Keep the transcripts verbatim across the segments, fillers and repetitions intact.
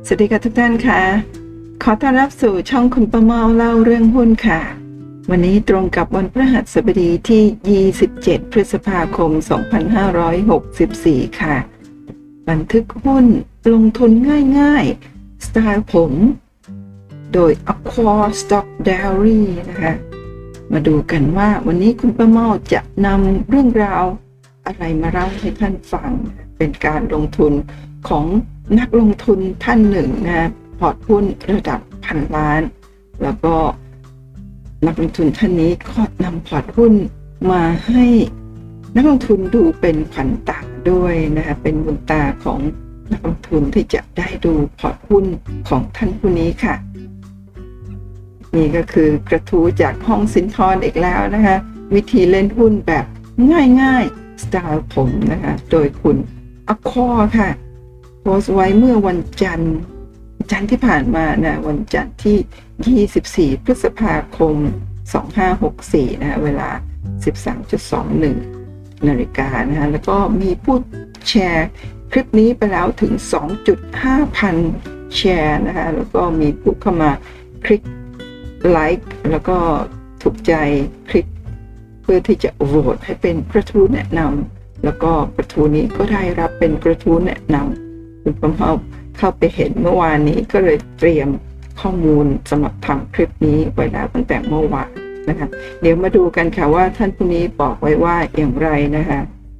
สวัสดีค่ะทุกท่านค่ะขอต้อนรับสู่ช่องคุณป้าเมาเล่าเรื่องหุ้นค่ะวันนี้ตรงกับวันพฤหัสบดีที่ยี่สิบเจ็ดพฤษภาคมสองพันห้าร้อยหกสิบสี่ค่ะบันทึกหุ้นลงทุนง่ายๆสไตล์ผมโดย Accor Stock Diary นะคะมาดูกันว่าวันนี้คุณป้าเมาจะนำเรื่องราวอะไรมาเล่าให้ท่านฟังเป็นการลงทุนของนักลงทุนท่านหนึ่งนะพอร์ตหุ้นระดับพันล้านแล้วก็นักลงทุนท่านนี้ก็นำพอร์ตหุ้นมาให้นักลงทุนดูเป็นขวัญตาด้วยนะคะเป็นบุญตาของนักลงทุนที่จะได้ดูพอร์ตหุ้นของท่านผู้นี้ค่ะนี่ก็คือกระทู้จากห้องสินทรอีกแล้วนะคะวิธีเล่นหุ้นแบบง่ายๆสไตล์ผมนะคะโดยคุณAccorค่ะโพสต์ไว้เมื่อวันจันทร์จันทร์ที่ผ่านมานะวันจันทร์ที่ยี่สิบสี่พฤษภาคมสองพันห้าร้อยหกสิบสี่นะเวลา สิบสามนาฬิกายี่สิบเอ็ดนาฬิกานะฮะแล้วก็มีผู้แชร์คลิปนี้ไปแล้วถึง สองจุดห้า พันแชร์นะคะแล้วก็มีผู้เข้ามาคลิกไลค์แล้วก็ถูกใจคลิกเพื่อที่จะโหวตให้เป็นกระทู้แนะนำแล้วก็กระทู้นี้ก็ได้รับเป็นกระทู้แนะนำคุณป้าเมาเข้าไปเห็นเมื่อวานนี้ก็เลยเตรียมข้อมูลสำหรับทำคลิปนี้ไว้แล้วตั้งแต่เมื่อวานนะคะเดี๋ยวมาดูกันค่ะว่าท่านผู้นี้บอกไว้ว่าอย่างไรนะคะ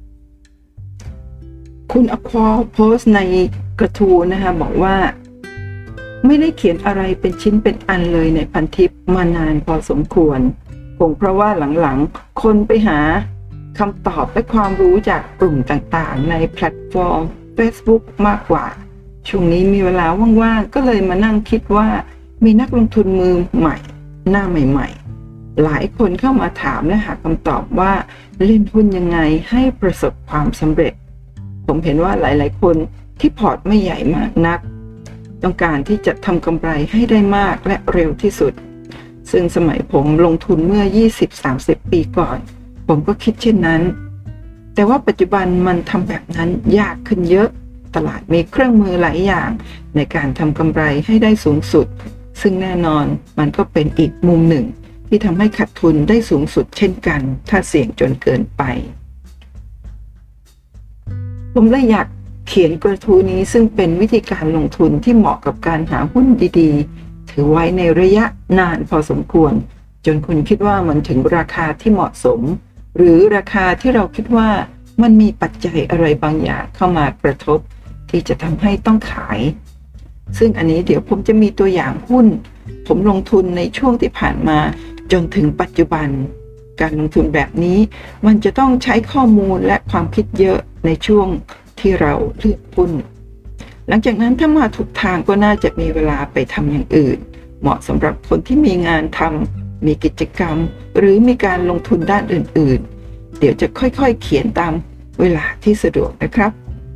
คุณ Accor โพสต์ในกระทู้นะคะบอกว่าไม่ได้เขียนอะไรเป็นชิ้นเป็นอันเลยในพันทิปมานานพอสมควรคงเพราะว่าหลังๆคนไปหาคำตอบและความรู้จากกลุ่มต่างๆในแพลตฟอร์ม Facebook มากกว่าช่วงนี้มีเวลาว่างๆก็เลยมานั่งคิดว่ามีนักลงทุนมือใหม่หน้าใหม่ๆหลายคนเข้ามาถามและหาคำตอบว่าเล่นหุ้นยังไงให้ประสบความสำเร็จผมเห็นว่าหลายๆคนที่พอร์ตไม่ใหญ่มากนักต้องการที่จะทำกำไรให้ได้มากและเร็วที่สุดซึ่งสมัยผมลงทุนเมื่อ ยี่สิบถึงสามสิบ ปีก่อนผมก็คิดเช่นนั้นแต่ว่าปัจจุบันมันทำแบบนั้นยากขึ้นเยอะตลาดมีเครื่องมือหลายอย่างในการทำกำไรให้ได้สูงสุดซึ่งแน่นอนมันก็เป็นอีกมุมหนึ่งที่ทำให้ขาดทุนได้สูงสุดเช่นกันถ้าเสี่ยงจนเกินไปผมเลยอยากเขียนกระทู้นี้ซึ่งเป็นวิธีการลงทุนที่เหมาะกับการหาหุ้นดีๆถือไว้ในระยะนานพอสมควรจนคุณคิดว่ามันถึงราคาที่เหมาะสมหรือราคาที่เราคิดว่ามันมีปัจจัยอะไรบางอย่างเข้ามากระทบที่จะทำให้ต้องขายซึ่งอันนี้เดี๋ยวผมจะมีตัวอย่างหุ้นผมลงทุนในช่วงที่ผ่านมาจนถึงปัจจุบันการลงทุนแบบนี้มันจะต้องใช้ข้อมูลและความคิดเยอะในช่วงที่เราเลือกหุ้นหลังจากนั้นถ้ามาถูกทางก็น่าจะมีเวลาไปทำอย่างอื่นเหมาะสำหรับคนที่มีงานทำมีกิจกรรมหรือมีการลงทุนด้านอื่นๆเดี๋ยวจะค่อยๆเขียนตามเวลาที่สะดวกนะครับ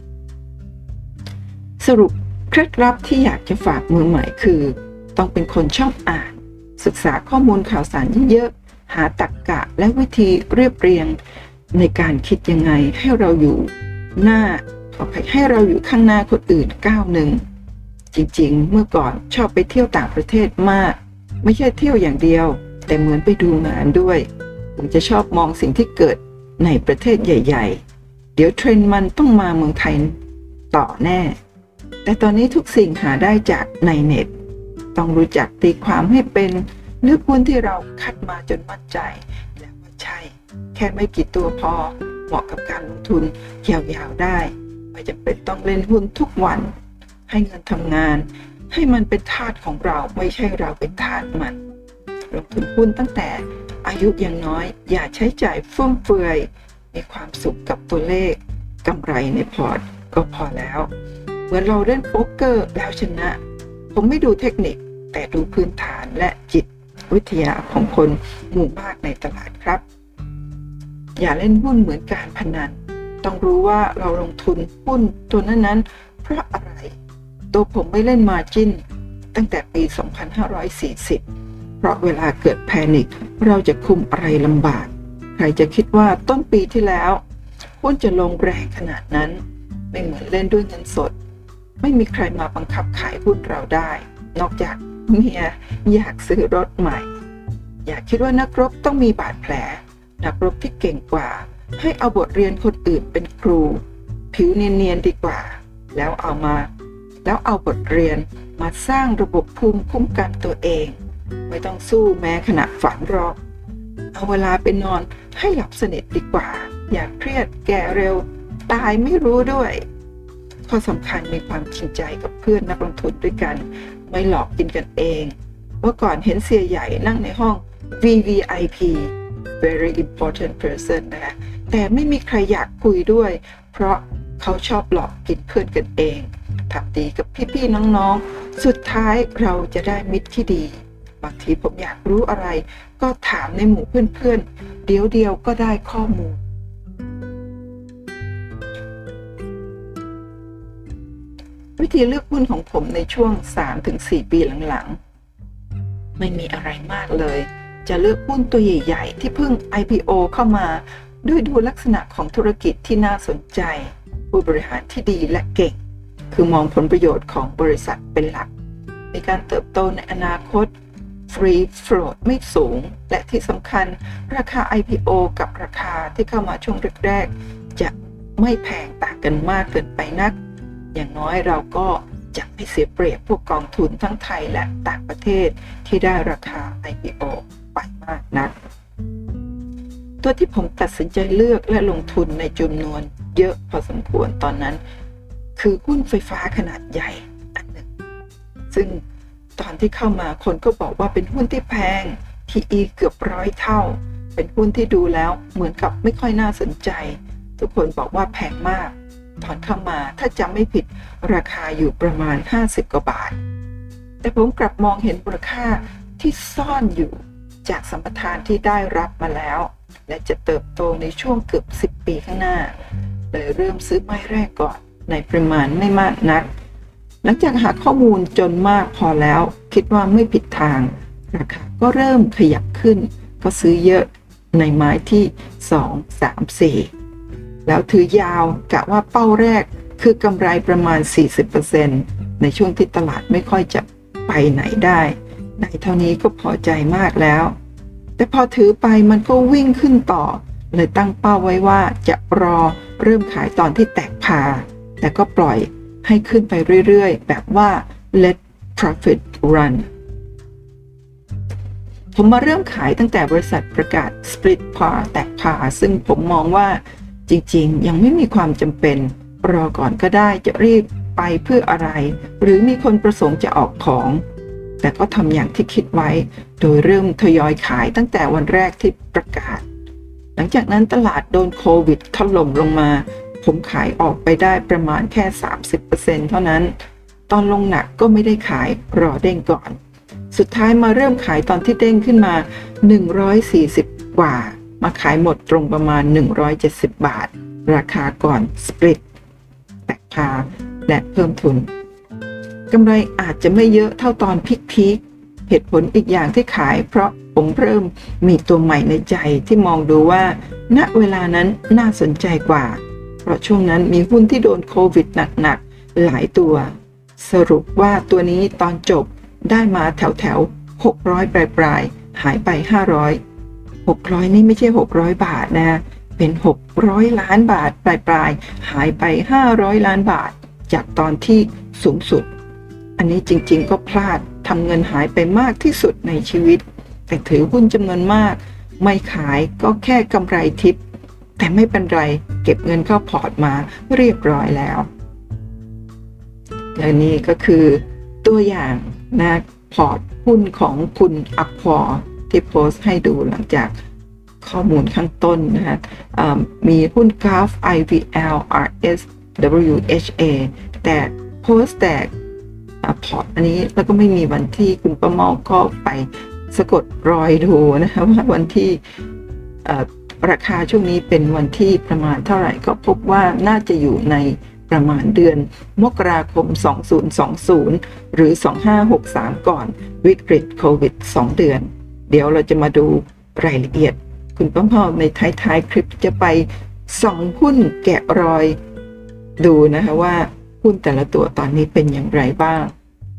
สรุปเคล็ดลับที่อยากจะฝากมือใหม่คือต้องเป็นคนชอบอ่านศึกษาข้อมูลข่าวสารเยอะๆหาตรรกะและวิธีเรียบเรียงในการคิดยังไงให้เราอยู่หน้าให้เราอยู่ข้างหน้าคนอื่นก้าวหนึ่งจริงๆเมื่อก่อนชอบไปเที่ยวต่างประเทศมากไม่ใช่เที่ยวอย่างเดียวแต่เหมือนไปดูงานด้วยผมจะชอบมองสิ่งที่เกิดในประเทศใหญ่ๆเดี๋ยวเทรนด์มันต้องมาเมืองไทยต่อแน่แต่ตอนนี้ทุกสิ่งหาได้จากในเน็ตต้องรู้จักตีความให้เป็นเลือกหุ้นที่เราคัดมาจนมั่นใจแล้วว่าใช่แค่ไม่กี่ตัวพอเหมาะกับการลงทุนยาวๆได้ไม่จำเป็นต้องเล่นหุ้นทุกวันให้เงินทำงานให้มันเป็นทาสของเราไม่ใช่เราเป็นทาสมันลงทุนหุ้นตั้งแต่อายุยังน้อยอย่าใช้จ่ายฟุ่มเฟือยมีความสุขกับตัวเลขกำไรในพอร์ตก็พอแล้วเหมือนเราเล่นโป๊กเกอร์แล้วชนะผมไม่ดูเทคนิคแต่ดูพื้นฐานและจิตวิทยาของคนหมู่มากในตลาดครับอย่าเล่นหุ้นเหมือนการพนันต้องรู้ว่าเราลงทุนหุ้นตัวนั้นๆเพราะอะไรตัวผมไม่เล่นมาร์จิ้นตั้งแต่ปีสองพันห้าร้อยสี่สิบเพราะเวลาเกิดแพนิคเราจะคุมอะไรลำบากใครจะคิดว่าต้นปีที่แล้วหุ้นจะลงแรงขนาดนั้นไม่เหมือนเล่นด้วยเงินสดไม่มีใครมาบังคับขายหุ้นเราได้นอกจากเมียอยากซื้อรถใหม่อย่าคิดว่านักรบต้องมีบาดแผลนักรบที่เก่งกว่าให้เอาบทเรียนคนอื่นเป็นครูผิวเนียนๆดีกว่าแล้วเอามาแล้วเอาบทเรียนมาสร้างระบบภูมิคุ้มกันตัวเองไม่ต้องสู้แม้ขณะฝันหรอกเอาเวลาไปนอนให้หลับสนิทดีกว่าอย่าเครียดแก่เร็วตายไม่รู้ด้วยข้อสำคัญมีความจริงใจกับเพื่อนนักลงทุนด้วยกันไม่หลอกกินกันเองเมื่อก่อนเห็นเสียใหญ่นั่งในห้อง วี วี ไอ พี very important person นะแต่ไม่มีใครอยากคุยด้วยเพราะเขาชอบหลอกกินเพื่อนกันเองทำดีกับพี่ๆน้องๆสุดท้ายเราจะได้มิตรที่ดีบางทีผมอยากรู้อะไรก็ถามในหมู่เพื่อนๆเดี๋ยวเดียวก็ได้ข้อมูลวิธีเลือกหุ้นของผมในช่วง สามถึงสี่ ปีหลังๆไม่มีอะไรมากเลยจะเลือกหุ้นตัวใหญ่ๆที่เพิ่ง ไอ พี โอ เข้ามาด้วยดูลักษณะของธุรกิจที่น่าสนใจผู้บริหารที่ดีและเก่งคือมองผลประโยชน์ของบริษัทเป็นหลักในการเติบโตในอนาคต Free Float ไม่สูงและที่สำคัญราคา ไอ พี โอ กับราคาที่เข้ามาช่วงแรกๆจะไม่แพงต่างกันมากเกินไปนักอย่างน้อยเราก็จะไม่เสียเปรียบพวกกองทุนทั้งไทยและต่างประเทศที่ได้ราคา ไอ พี โอ ไปมากนักตัวที่ผมตัดสินใจเลือกและลงทุนในจำนวนเยอะพอสมควรตอนนั้นคือหุ้นไฟฟ้าขนาดใหญ่อันหนึ่งซึ่งตอนที่เข้ามาคนก็บอกว่าเป็นหุ้นที่แพง พี อี เกือบร้อยเท่าเป็นหุ้นที่ดูแล้วเหมือนกับไม่ค่อยน่าสนใจทุกคนบอกว่าแพงมากตอนเข้ามาถ้าจำไม่ผิดราคาอยู่ประมาณห้าสิบกว่าบาทแต่ผมกลับมองเห็นมูลค่าที่ซ่อนอยู่จากสัมปทานที่ได้รับมาแล้วและจะเติบโตในช่วงเกือบสิบปีข้างหน้าเลยเริ่มซื้อไม้แรกก่อนในปริมาณไม่มากนักหลังจากหาข้อมูลจนมากพอแล้วคิดว่าไม่ผิดทางราคาก็เริ่มขยับขึ้นก็ซื้อเยอะในไม้ที่สอง สาม สี่แล้วถือยาวกะว่าเป้าแรกคือกำไรประมาณ สี่สิบเปอร์เซ็นต์ ในช่วงที่ตลาดไม่ค่อยจะไปไหนได้ในเท่านี้ก็พอใจมากแล้วแต่พอถือไปมันก็วิ่งขึ้นต่อเลยตั้งเป้าไว้ว่าจะรอเริ่มขายตอนที่แตกพาแต่ก็ปล่อยให้ขึ้นไปเรื่อยๆแบบว่า let profit run ผมมาเริ่มขายตั้งแต่บริษัทประกาศ split พาแตกพาซึ่งผมมองว่าจริงๆยังไม่มีความจำเป็นรอก่อนก็ได้จะรีบไปเพื่ออะไรหรือมีคนประสงค์จะออกของแต่ก็ทำอย่างที่คิดไว้โดยเริ่มทยอยขายตั้งแต่วันแรกที่ประกาศหลังจากนั้นตลาดโดนโควิดถล่มลงมาผมขายออกไปได้ประมาณแค่ สามสิบเปอร์เซ็นต์ เท่านั้นตอนลงหนักก็ไม่ได้ขายรอเด้งก่อนสุดท้ายมาเริ่มขายตอนที่เด้งขึ้นมาหนึ่งร้อยสี่สิบกว่ามาขายหมดตรงประมาณหนึ่งร้อยเจ็ดสิบบาทราคาก่อนสปลิตแตกพาและเพิ่มทุนกำไรอาจจะไม่เยอะเท่าตอนพีคๆเหตุผลอีกอย่างที่ขายเพราะผมเริ่มมีตัวใหม่ในใจที่มองดูว่าณเวลานั้นน่าสนใจกว่าเพราะช่วงนั้นมีหุ้นที่โดนโควิดหนักๆหลายตัวสรุปว่าตัวนี้ตอนจบได้มาแถวๆหกร้อยปลายๆหายไปห้าร้อยหกร้อยนี่ไม่ใช่หกร้อยบาทนะเป็นหกร้อยล้านบาทปลายๆหายไปห้าร้อยล้านบาทจากตอนที่สูงสุดอันนี้จริงๆก็พลาดทำเงินหายไปมากที่สุดในชีวิตแต่ถือหุ้นจำนวนมากไม่ขายก็แค่กำไรทิปแต่ไม่เป็นไรเก็บเงินเข้าพอร์ตมาเรียบร้อยแล้วและนี่ก็คือตัวอย่างนะพอร์ตหุ้นของคุณอักพอที่โพสต์ให้ดูหลังจากข้อมูลข้างต้นนะฮะมีหุ้น จี เอ เอ เอฟ ไอ วี แอล อาร์ เอส ดับเบิลยู เอช เอ แต่โพสต์แต่พอร์ตอันนี้แล้วก็ไม่มีวันที่คุณประเมาก็ไปสะกดรอยดูนะคะว่าวันที่ราคาช่วงนี้เป็นวันที่ประมาณเท่าไหร่ก็พบว่าน่าจะอยู่ในประมาณเดือนมกราคมสองพันยี่สิบหรือสองพันห้าร้อยหกสิบสามก่อนวิกฤตโควิดสองเดือนเดี๋ยวเราจะมาดูรายละเอียดคุณป้อมพ่อในท้ายๆคลิปจะไปส่องหุ้นแกะรอยดูนะคะว่าหุ้นแต่ละตัวตอนนี้เป็นอย่างไรบ้าง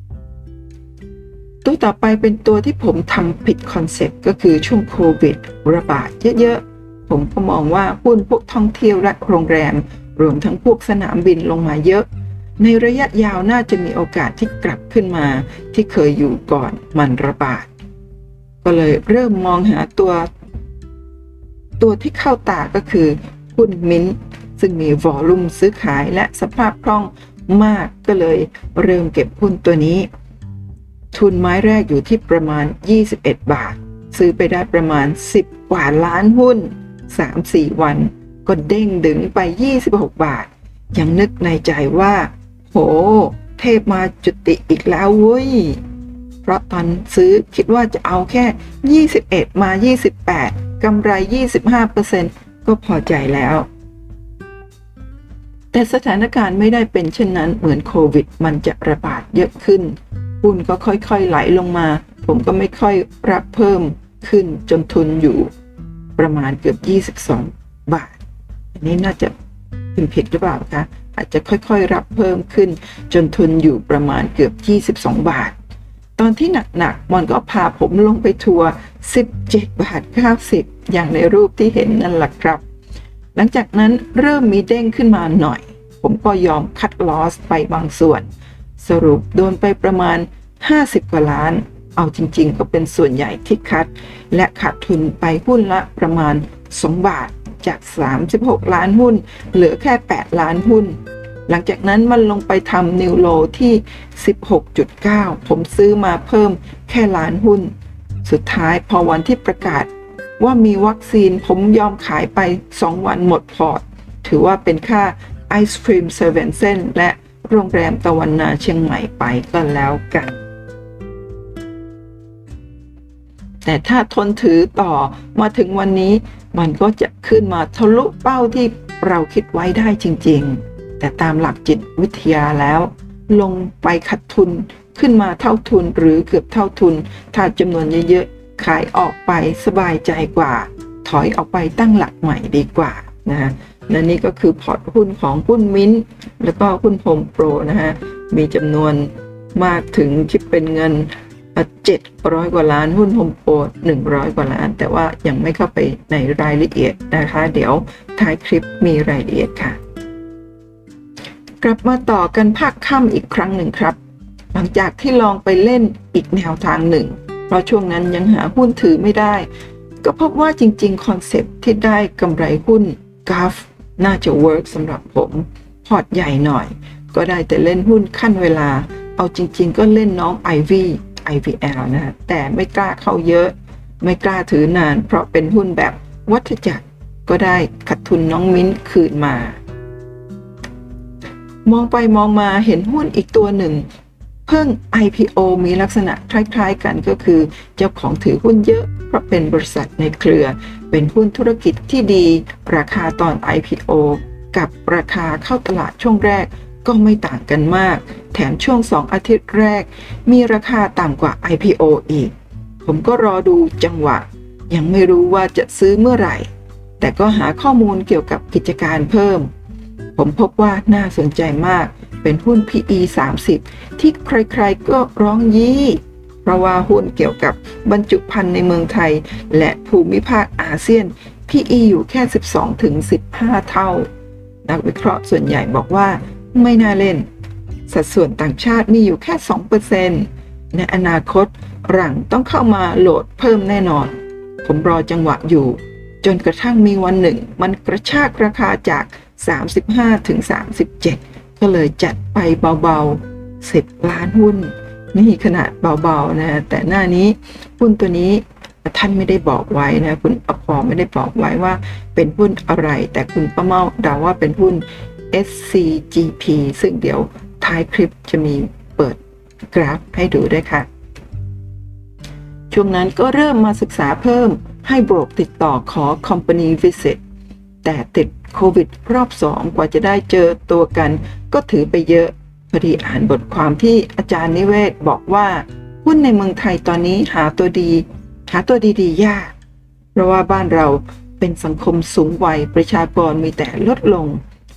ตัวต่อไปเป็นตัวที่ผมทำผิดคอนเซ็ปต์ก็คือช่วงโควิดระบาดเยอะๆผมก็มองว่าหุ้นพวกท่องเที่ยวและโรงแรมรวมทั้งพวกสนามบินลงมาเยอะในระยะยาวน่าจะมีโอกาสที่กลับขึ้นมาที่เคยอยู่ก่อนมันระบาดก็เลยเริ่มมองหาตัวตัวที่เข้าตาก็คือหุ้นมิ้นท์ซึ่งมีวอลลุ่มซื้อขายและสภาพคล่องมากก็เลยเริ่มเก็บหุ้นตัวนี้ทุนไม้แรกอยู่ที่ประมาณยี่สิบเอ็ดบาทซื้อไปได้ประมาณสิบกว่าล้านหุ้น สามถึงสี่ วันก็เด้งดึงไปยี่สิบหกบาทยังนึกในใจว่าโหเทพมาจุติอีกแล้วเว้ยเพราะตอนซื้อคิดว่าจะเอาแค่ยี่สิบเอ็ดมายี่สิบแปดกำไร ยี่สิบห้าเปอร์เซ็นต์ ก็พอใจแล้วแต่สถานการณ์ไม่ได้เป็นเช่นนั้นเหมือนโควิดมันจะระบาดเยอะขึ้นหุ้นก็ค่อยๆไหลลงมาผมก็ไม่ค่อยรับเพิ่มขึ้นจนทุนอยู่ประมาณเกือบยี่สิบสองบาทอันนี้น่าจะพิมพ์ผิดหรือเปล่าคะอาจจะค่อยๆรับเพิ่มขึ้นจนทุนอยู่ประมาณเกือบยี่สิบสองบาทตอนที่หนักๆมันก็พาผมลงไปทัวร์สิบเจ็ดบาทเก้าสิบอย่างในรูปที่เห็นนั่นแหละครับหลังจากนั้นเริ่มมีเด้งขึ้นมาหน่อยผมก็ยอมคัดลอสไปบางส่วนสรุปโดนไปประมาณห้าสิบกว่าล้านเอาจริงๆก็เป็นส่วนใหญ่ที่คัดและขาดทุนไปหุ้นละประมาณสองบาทจากสามสิบหกล้านหุ้นเหลือแค่แปดล้านหุ้นหลังจากนั้นมันลงไปทำนิวโลที่ สิบหกจุดเก้า ผมซื้อมาเพิ่มแค่ล้านหุ้นสุดท้ายพอวันที่ประกาศว่ามีวัคซีนผมยอมขายไปสองวันหมดพอร์ตถือว่าเป็นค่าไอศครีมเซเว่นเส้นและโรงแรมตะวันนาเชียงใหม่ไปก็แล้วกันแต่ถ้าทนถือต่อมาถึงวันนี้มันก็จะขึ้นมาทะลุเป้าที่เราคิดไว้ได้จริงๆแต่ตามหลักจิตวิทยาแล้วลงไปขาดทุนขึ้นมาเท่าทุนหรือเกือบเท่าทุนถ้าจำนวนเยอะๆขายออกไปสบายใจกว่าถอยออกไปตั้งหลักใหม่ดีกว่านะฮะและนี่ก็คือพอร์ตหุ้นของหุ้นมิ้นท์แล้วก็หุ้นโฮมโปรนะฮะมีจำนวนมากถึงคิดเป็นเงินเจ็ดร้อยกว่าล้านหุ้นโฮมโปรหนึ่งร้อยกว่าล้านแต่ว่ายังไม่เข้าไปในรายละเอียดนะคะเดี๋ยวท้ายคลิปมีรายละเอียดค่ะกลับมาต่อกันภาคค่ำอีกครั้งหนึ่งครับหลังจากที่ลองไปเล่นอีกแนวทางหนึ่งเพราะช่วงนั้นยังหาหุ้นถือไม่ได้ก็พบว่าจริงๆคอนเซ็ปต์ที่ได้กำไรหุ้นกราฟน่าจะเวิร์กสำหรับผมพอร์ตใหญ่หน่อยก็ได้แต่เล่นหุ้นขั้นเวลาเอาจริงๆก็เล่นน้อง ไอ วี ไอ วี แอล นะแต่ไม่กล้าเข้าเยอะไม่กล้าถือนานเพราะเป็นหุ้นแบบวัฏจักรก็ได้ขาดทุนน้องมิ้นคืนมามองไปมองมาเห็นหุ้นอีกตัวหนึ่งเพิ่ง ไอ พี โอ มีลักษณะคล้ายๆกันก็คือเจ้าของถือหุ้นเยอะเพราะเป็นบริษัทในเครือเป็นหุ้นธุรกิจที่ดีราคาตอน ไอ พี โอ กับราคาเข้าตลาดช่วงแรกก็ไม่ต่างกันมากแถมช่วงสองอาทิตย์แรกมีราคาต่ำกว่า ไอ พี โอ อีกผมก็รอดูจังหวะยังไม่รู้ว่าจะซื้อเมื่อไหร่แต่ก็หาข้อมูลเกี่ยวกับกิจการเพิ่มผมพบว่าน่าสนใจมากเป็นหุ้น พี อี สามสิบที่ใครๆก็ร้องยี่เพราะว่าหุ้นเกี่ยวกับบรรจุภัณฑ์ในเมืองไทยและภูมิภาคอาเซียน พี อี อยู่แค่ สิบสองถึงสิบห้า เท่านักวิเคราะห์ส่วนใหญ่บอกว่าไม่น่าเล่นสัดส่วนต่างชาติมีอยู่แค่ สองเปอร์เซ็นต์ ในอนาคตหลังต้องเข้ามาโหลดเพิ่มแน่นอนผมรอจังหวะอยู่จนกระทั่งมีวันหนึ่งมันกระชากราคาจากสามสิบห้าถึงสามสิบเจ็ดก็เลยจัดไปเบาๆสิบล้านหุ้นนี่ขนาดเบาๆนะแต่หน้านี้หุ้นตัวนี้ท่านไม่ได้บอกไว้นะคุณอภรไม่ได้บอกไว้ว่าเป็นหุ้นอะไรแต่คุณป้าเมาเดาว่าเป็นหุ้น เอส ซี จี พี ซึ่งเดี๋ยวท้ายคลิปจะมีเปิดกราฟให้ดูด้วยค่ะช่วงนั้นก็เริ่มมาศึกษาเพิ่มให้โบรกติดต่อขอ Company Visit แต่ติดโควิดรอบสองกว่าจะได้เจอตัวกันก็ถือไปเยอะพอดีอ่านบทความที่อาจารย์นิเวศบอกว่าหุ้นในเมืองไทยตอนนี้หาตัวดีหาตัวดีๆยากเพราะว่าบ้านเราเป็นสังคมสูงวัยประชากรมีแต่ลดลง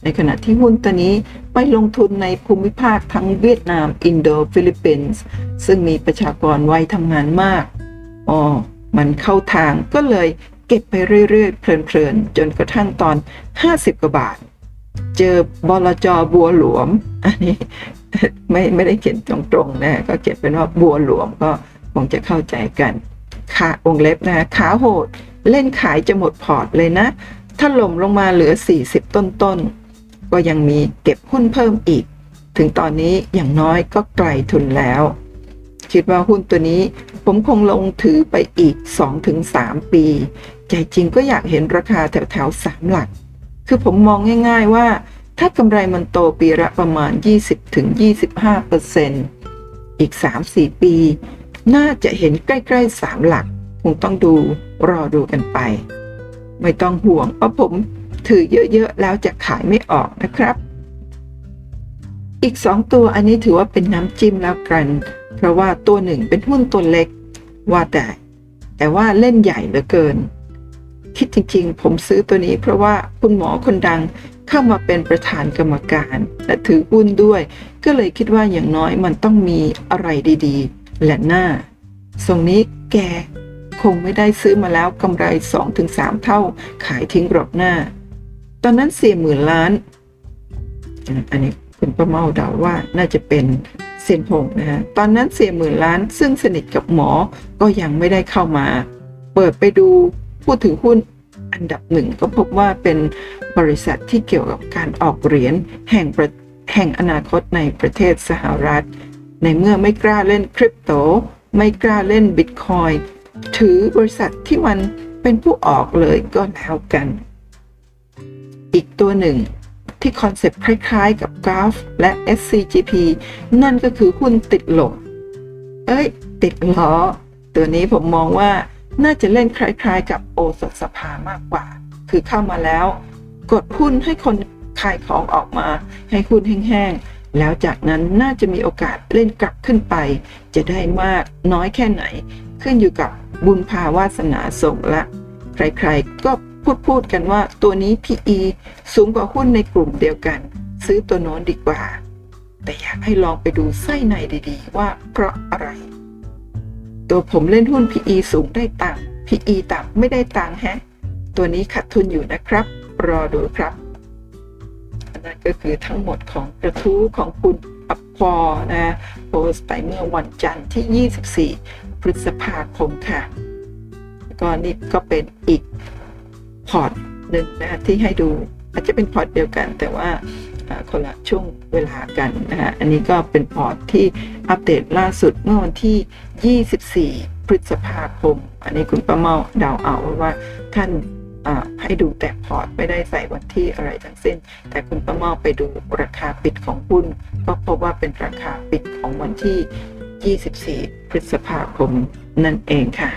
ในขณะที่หุ้นตัวนี้ไปลงทุนในภูมิภาคทั้งเวียดนามอินโดฟิลิปปินส์ซึ่งมีประชากรวัยทำงานมากอ๋อมันเข้าทางก็เลยเก็บไปเรื่อยๆเพลินๆจนกระทั่งตอนห้าสิบกว่าบาทเจอบลจ.บัวหลวงอันนี้ไม่ไม่ได้เขียนตรงๆนะก็เขียนเป็นว่าบัวหลวงก็คงจะเข้าใจกันขาวงเล็บนะขาโหดเล่นขายจะหมดพอร์ตเลยนะถ้าล่มลงมาเหลือสี่สิบต้นๆก็ยังมีเก็บหุ้นเพิ่มอีกถึงตอนนี้อย่างน้อยก็ไกลทุนแล้วคิดว่าหุ้นตัวนี้ผมคงลงถือไปอีก สองถึงสาม ปีใจจริงก็อยากเห็นราคาแถวๆสามหลักคือผมมองง่ายๆว่าถ้ากำไรมันโตปีละประมาณ ยี่สิบถึงยี่สิบห้าเปอร์เซ็นต์ อีก สามถึงสี่ ปีน่าจะเห็นใกล้ๆสามหลักคงต้องดูรอดูกันไปไม่ต้องห่วงเพราะผมถือเยอะๆแล้วจะขายไม่ออกนะครับอีกสองตัวอันนี้ถือว่าเป็นน้ำจิ้มแล้วกันเพราะว่าตัวหนึ่งเป็นหุ้นตัวเล็กว่าแต่แต่ว่าเล่นใหญ่เหลือเกินคิดจริงๆผมซื้อตัวนี้เพราะว่าคุณหมอคนดังเข้ามาเป็นประธานกรรมการและถือหุ้นด้วยก็เลยคิดว่าอย่างน้อยมันต้องมีอะไรดีๆและหน้าทรงนี้แกคงไม่ได้ซื้อมาแล้วกำไร สองถึงสาม เท่าขายทิ้งหรอกหน้าตอนนั้นเสียหมื่นล้านอันนี้คุณประเมาเดาว่าน่าจะเป็นเซียนพงนะฮะตอนนั้นเสียหมื่นล้านซึ่งสนิทกับหมอก็ยังไม่ได้เข้ามาเปิดไปดูผู้ถือหุ้นอันดับหนึ่งก็พบว่าเป็นบริษัทที่เกี่ยวกับการออกเหรียญแห่งประแห่งอนาคตในประเทศสหรัฐในเมื่อไม่กล้าเล่นคริปโตไม่กล้าเล่นบิตคอยน์ถือบริษัทที่มันเป็นผู้ออกเลยก็แล้วกันอีกตัวหนึ่งที่คอนเซ็ปต์คล้ายๆกับ จี เอ เอฟ และ เอส ซี จี พี นั่นก็คือหุ้นติดลมเอ้ยติดล้อตัวนี้ผมมองว่าน่าจะเล่นคล้ายๆกับโอสถสภามากกว่าคือเข้ามาแล้วกดหุ้นให้คนขายของออกมาให้หุ้นแห้งๆแล้วจากนั้นน่าจะมีโอกาสเล่นกลับขึ้นไปจะได้มากน้อยแค่ไหนขึ้นอยู่กับบุญภาวาสนาส่งละใครๆก็พูดพูดกันว่าตัวนี้ พี อี สูงกว่าหุ้นในกลุ่มเดียวกันซื้อตัวโน้นดีกว่าแต่อยากให้ลองไปดูไส้ในดีๆว่าเพราะอะไรตัวผมเล่นหุ้น พี อี สูงได้ตังค์ พี อี ต่ำไม่ได้ตังค์แฮะตัวนี้ขาดทุนอยู่นะครับรอดูครับนั่นก็คือทั้งหมดของกระทู้ของคุณอัปพอนะโพสต์ไปเมื่อวันจันทร์ที่ยี่สิบสี่พฤษภาคมค่ะก็นี่ก็เป็นอีกพอร์ตหนึ่งนะที่ให้ดูอาจจะเป็นพอร์ตเดียวกันแต่ว่าคนละช่วงเวลากันนะฮะอันนี้ก็เป็นพอร์ตที่อัปเดตล่าสุดเมื่อวันที่ยี่สิบสี่พฤษภาคมอันนี้คุณประเมาเดาเอาว่าท่านให้ดูแต่พอร์ตไม่ได้ใส่วันที่อะไรทั้งสิ้นแต่คุณประเมาไปดูราคาปิดของหุ้นก็พบว่าเป็นราคาปิดของวันที่ยี่สิบสี่พฤษภาคมนั่นเองค่ะ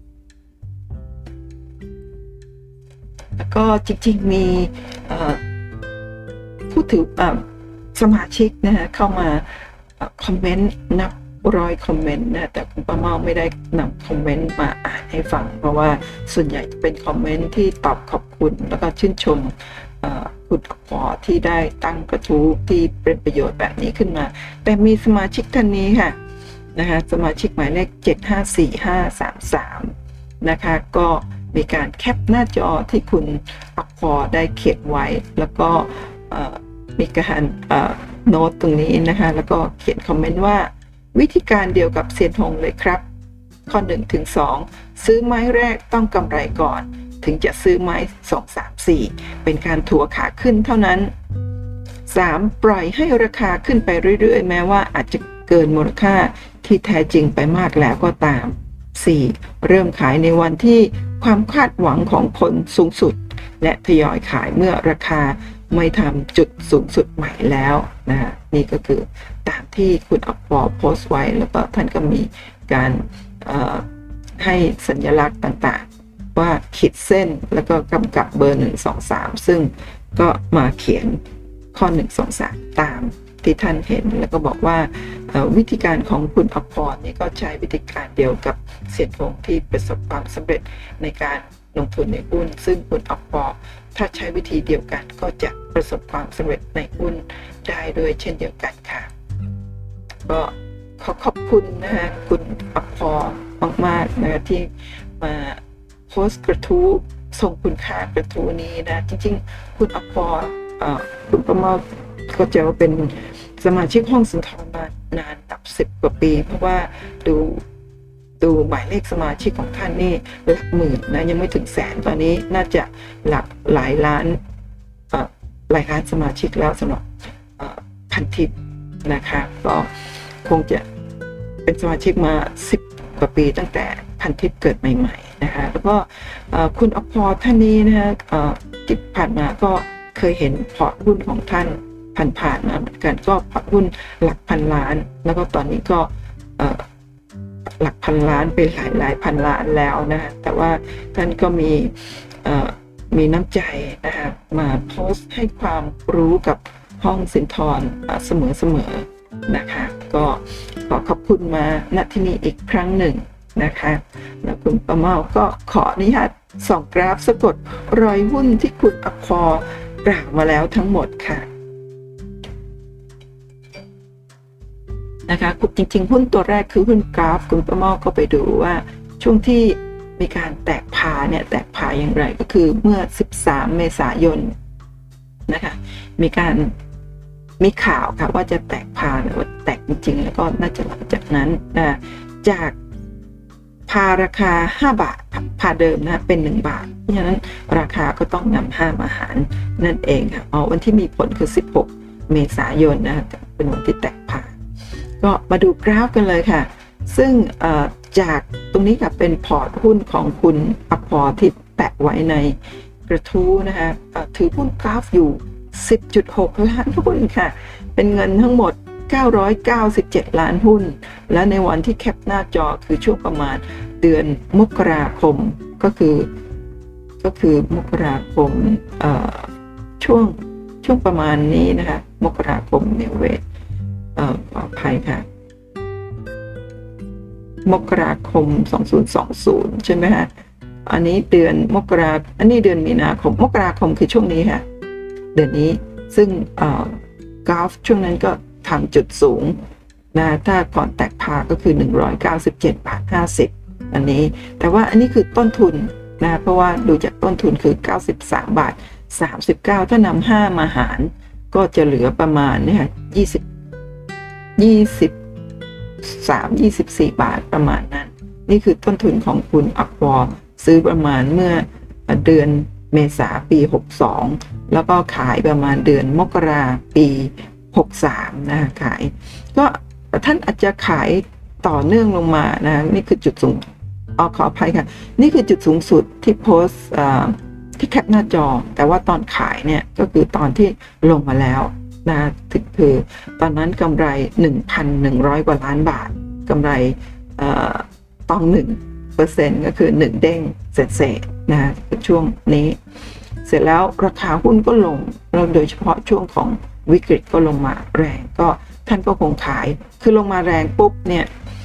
แล้วก็จริงๆมีผู้ถือสมาชิกนะฮะเข้ามาคอมเมนต์นับร้อยคอมเมนต์นะแต่คุณป้าเมาไม่ได้นำคอมเมนต์มาอ่านให้ฟังเพราะว่าส่วนใหญ่จะเป็นคอมเมนต์ที่ตอบขอบคุณแล้วก็ชื่นชมคุณปอที่ได้ตั้งกระทู้ที่เป็นประโยชน์แบบนี้ขึ้นมาแต่มีสมาชิกท่านนี้ค่ะนะคะสมาชิกหมายเลขเจ็ดห้าสี่ห้าสามสามนะคะก็มีการแคปหน้าจอที่คุณอักพอได้เขียนไว้แล้วก็มีการโน้ตตรงนี้นะคะแล้วก็เขียนคอมเมนต์ว่าวิธีการเดียวกับเซียนหงเลยครับข้อหนึ่งถึงสองซื้อไม้แรกต้องกำไรก่อนถึงจะซื้อไม้สอง สาม สี่เป็นการถัวขาขึ้นเท่านั้นสามปล่อยให้ราคาขึ้นไปเรื่อยๆแม้ว่าอาจจะเกินมูลค่าที่แท้จริงไปมากแล้วก็ตามสี่เริ่มขายในวันที่ความคาดหวังของคนสูงสุดและทยอยขายเมื่อราคาไม่ทำจุดสูงสุดใหม่แล้วนะฮะนี่ก็คือตามที่คุณอัปปอโพสต์ไว้แล้วก็ท่านก็มีการให้สัญลักษณ์ต่างๆว่าขีดเส้นแล้วก็กำกับเบอร์หนึ่ง สอง สามซึ่งก็มาเขียนข้อหนึ่ง สอง สามตามที่ท่านเห็นแล้วก็บอกว่าวิธีการของคุณอภรณ์นี่ก็ใช้วิธีการเดียวกับเซียนหงที่ประสบความสำเร็จในการลงทุนในหุ้นซึ่งคุณอภรณ์ถ้าใช้วิธีเดียวกันก็จะประสบความสำเร็จในหุ้นได้ด้วยเช่นเดียวกันค่ะก็ขอขอบคุณนะฮะคุณอภรณ์มากๆนะที่มาโพสต์กระทู้ส่งคุณค่ากระทู้นี้นะจริงๆคุณอภรณ์คุณประเมาก็จะว่าเป็นสมาชิกห้องสุนทรมานานนับสิบกว่าปีเพราะว่าดูดูหมายเลขสมาชิกของท่านนี่หลักหมื่นนะยังไม่ถึงแสนตอนนี้น่าจะหลักหลายล้านหลายล้านสมาชิกแล้วสำหรับพันทิปนะคะก็คงจะเป็นสมาชิกมาสิบกว่าปีตั้งแต่พันทิปเกิดใหม่ๆนะคะแล้วก็คุณอภรณ์ท่านนี้นะคะที่ผ่านมาก็เคยเห็นพอร์ตหุ้นของท่านผ่านๆมาเหมือนกันก็พอร์ตหุ้นหลักพันล้านแล้วก็ตอนนี้ก็หลักพันล้านไปหลายหลายพันล้านแล้วนะแต่ว่าท่านก็มีมีน้ำใจนะคะมาโพสต์ให้ความรู้กับห้องสินทรเสมอๆนะคะก็ขอขอบคุณมาณที่นี้อีกครั้งหนึ่งนะคะแล้วคุณประเมาก็ขออนุญาตส่องกราฟสะกดรอยหุ้นที่คุณอภรณ์กล่าวมาแล้วทั้งหมดค่ะนะคะจริงๆหุ้นตัวแรกคือหุ้นกราฟคุณประเมาก็ไปดูว่าช่วงที่มีการแตกพาเนี่ยแตกพาอย่างไรก็คือเมื่อสิบสามเมษายนนะคะมีการมีข่าวค่ะว่าจะแตกพาหรือว่าแตกจริงๆแล้วก็น่าจะหลังจากนั้นนะจากพาราคาห้าบาทพาเดิมนะเป็นหนึ่งบาทเพราะฉะนั้นราคาก็ต้องนำห้ามาหารนั่นเองค่ะอ๋อวันที่มีผลคือสิบหกเมษายนนะเป็นวันที่แตกพาก็มาดูกราฟกันเลยค่ะซึ่งจากตรงนี้ค่ะเป็นพอร์ตหุ้นของคุณอภรณ์ที่แปะไว้ในกระทู้นะคะถือหุ้นกราฟอยู่ สิบจุดหก ล้านหุ้นค่ะเป็นเงินทั้งหมดเก้าร้อยเก้าสิบเจ็ดล้านหุ้นและในวันที่แคปหน้าจอคือช่วงประมาณเดือนมกราคมก็คือก็คือมกราคมช่วงช่วงประมาณนี้นะคะมกราคมเนี่ยเวทขออภัยค่ะมกราคมสองพันยี่สิบใช่ไหมฮะอันนี้เดือนมกราอันนี้เดือนมีนาคมมกราคมคือช่วงนี้ค่ะเดือนนี้ซึ่งกราฟช่วงนั้นก็ทำจุดสูงนะถ้าก่อนแตกพาก็คือหนึ่งร้อยเก้าสิบเจ็ดบาทห้าสิบอันนี้แต่ว่าอันนี้คือต้นทุนนะเพราะว่าดูจากต้นทุนคือเก้าสิบสามบาทสามสิบเก้าถ้านำห้ามาหารก็จะเหลือประมาณนี่ค่ะยี่สิบ ยี่สิบสาม ยี่สิบสี่บาทประมาณนั้นนี่คือต้นทุนของคุณอภรณ์ซื้อประมาณเมื่อเดือนเมษาปีหกสองแล้วก็ขายประมาณเดือนมกราปีหกสามนะขายก็ท่านอาจจะขายต่อเนื่องลงมานะนี่คือจุดสูงอ๋อขออภัยค่ะนี่คือจุดสูงสุดที่โพสต์ที่แคปหน้าจอแต่ว่าตอนขายเนี่ยก็คือตอนที่ลงมาแล้วนะคือตอนนั้นกำไร หนึ่งพันหนึ่งร้อย กว่าล้านบาทกำไรตองหนึ่งเปอร์เซ็นต์ก็คือหนึ่งเด้งเศษๆนะช่วงนี้เสร็จแล้วราคาหุ้นก็ลงแล้วโดยเฉพาะช่วงของวิกฤตก็ลงมาแรงก็ท่านก็คงขายคือลงมาแรงปุ๊บเนี่ย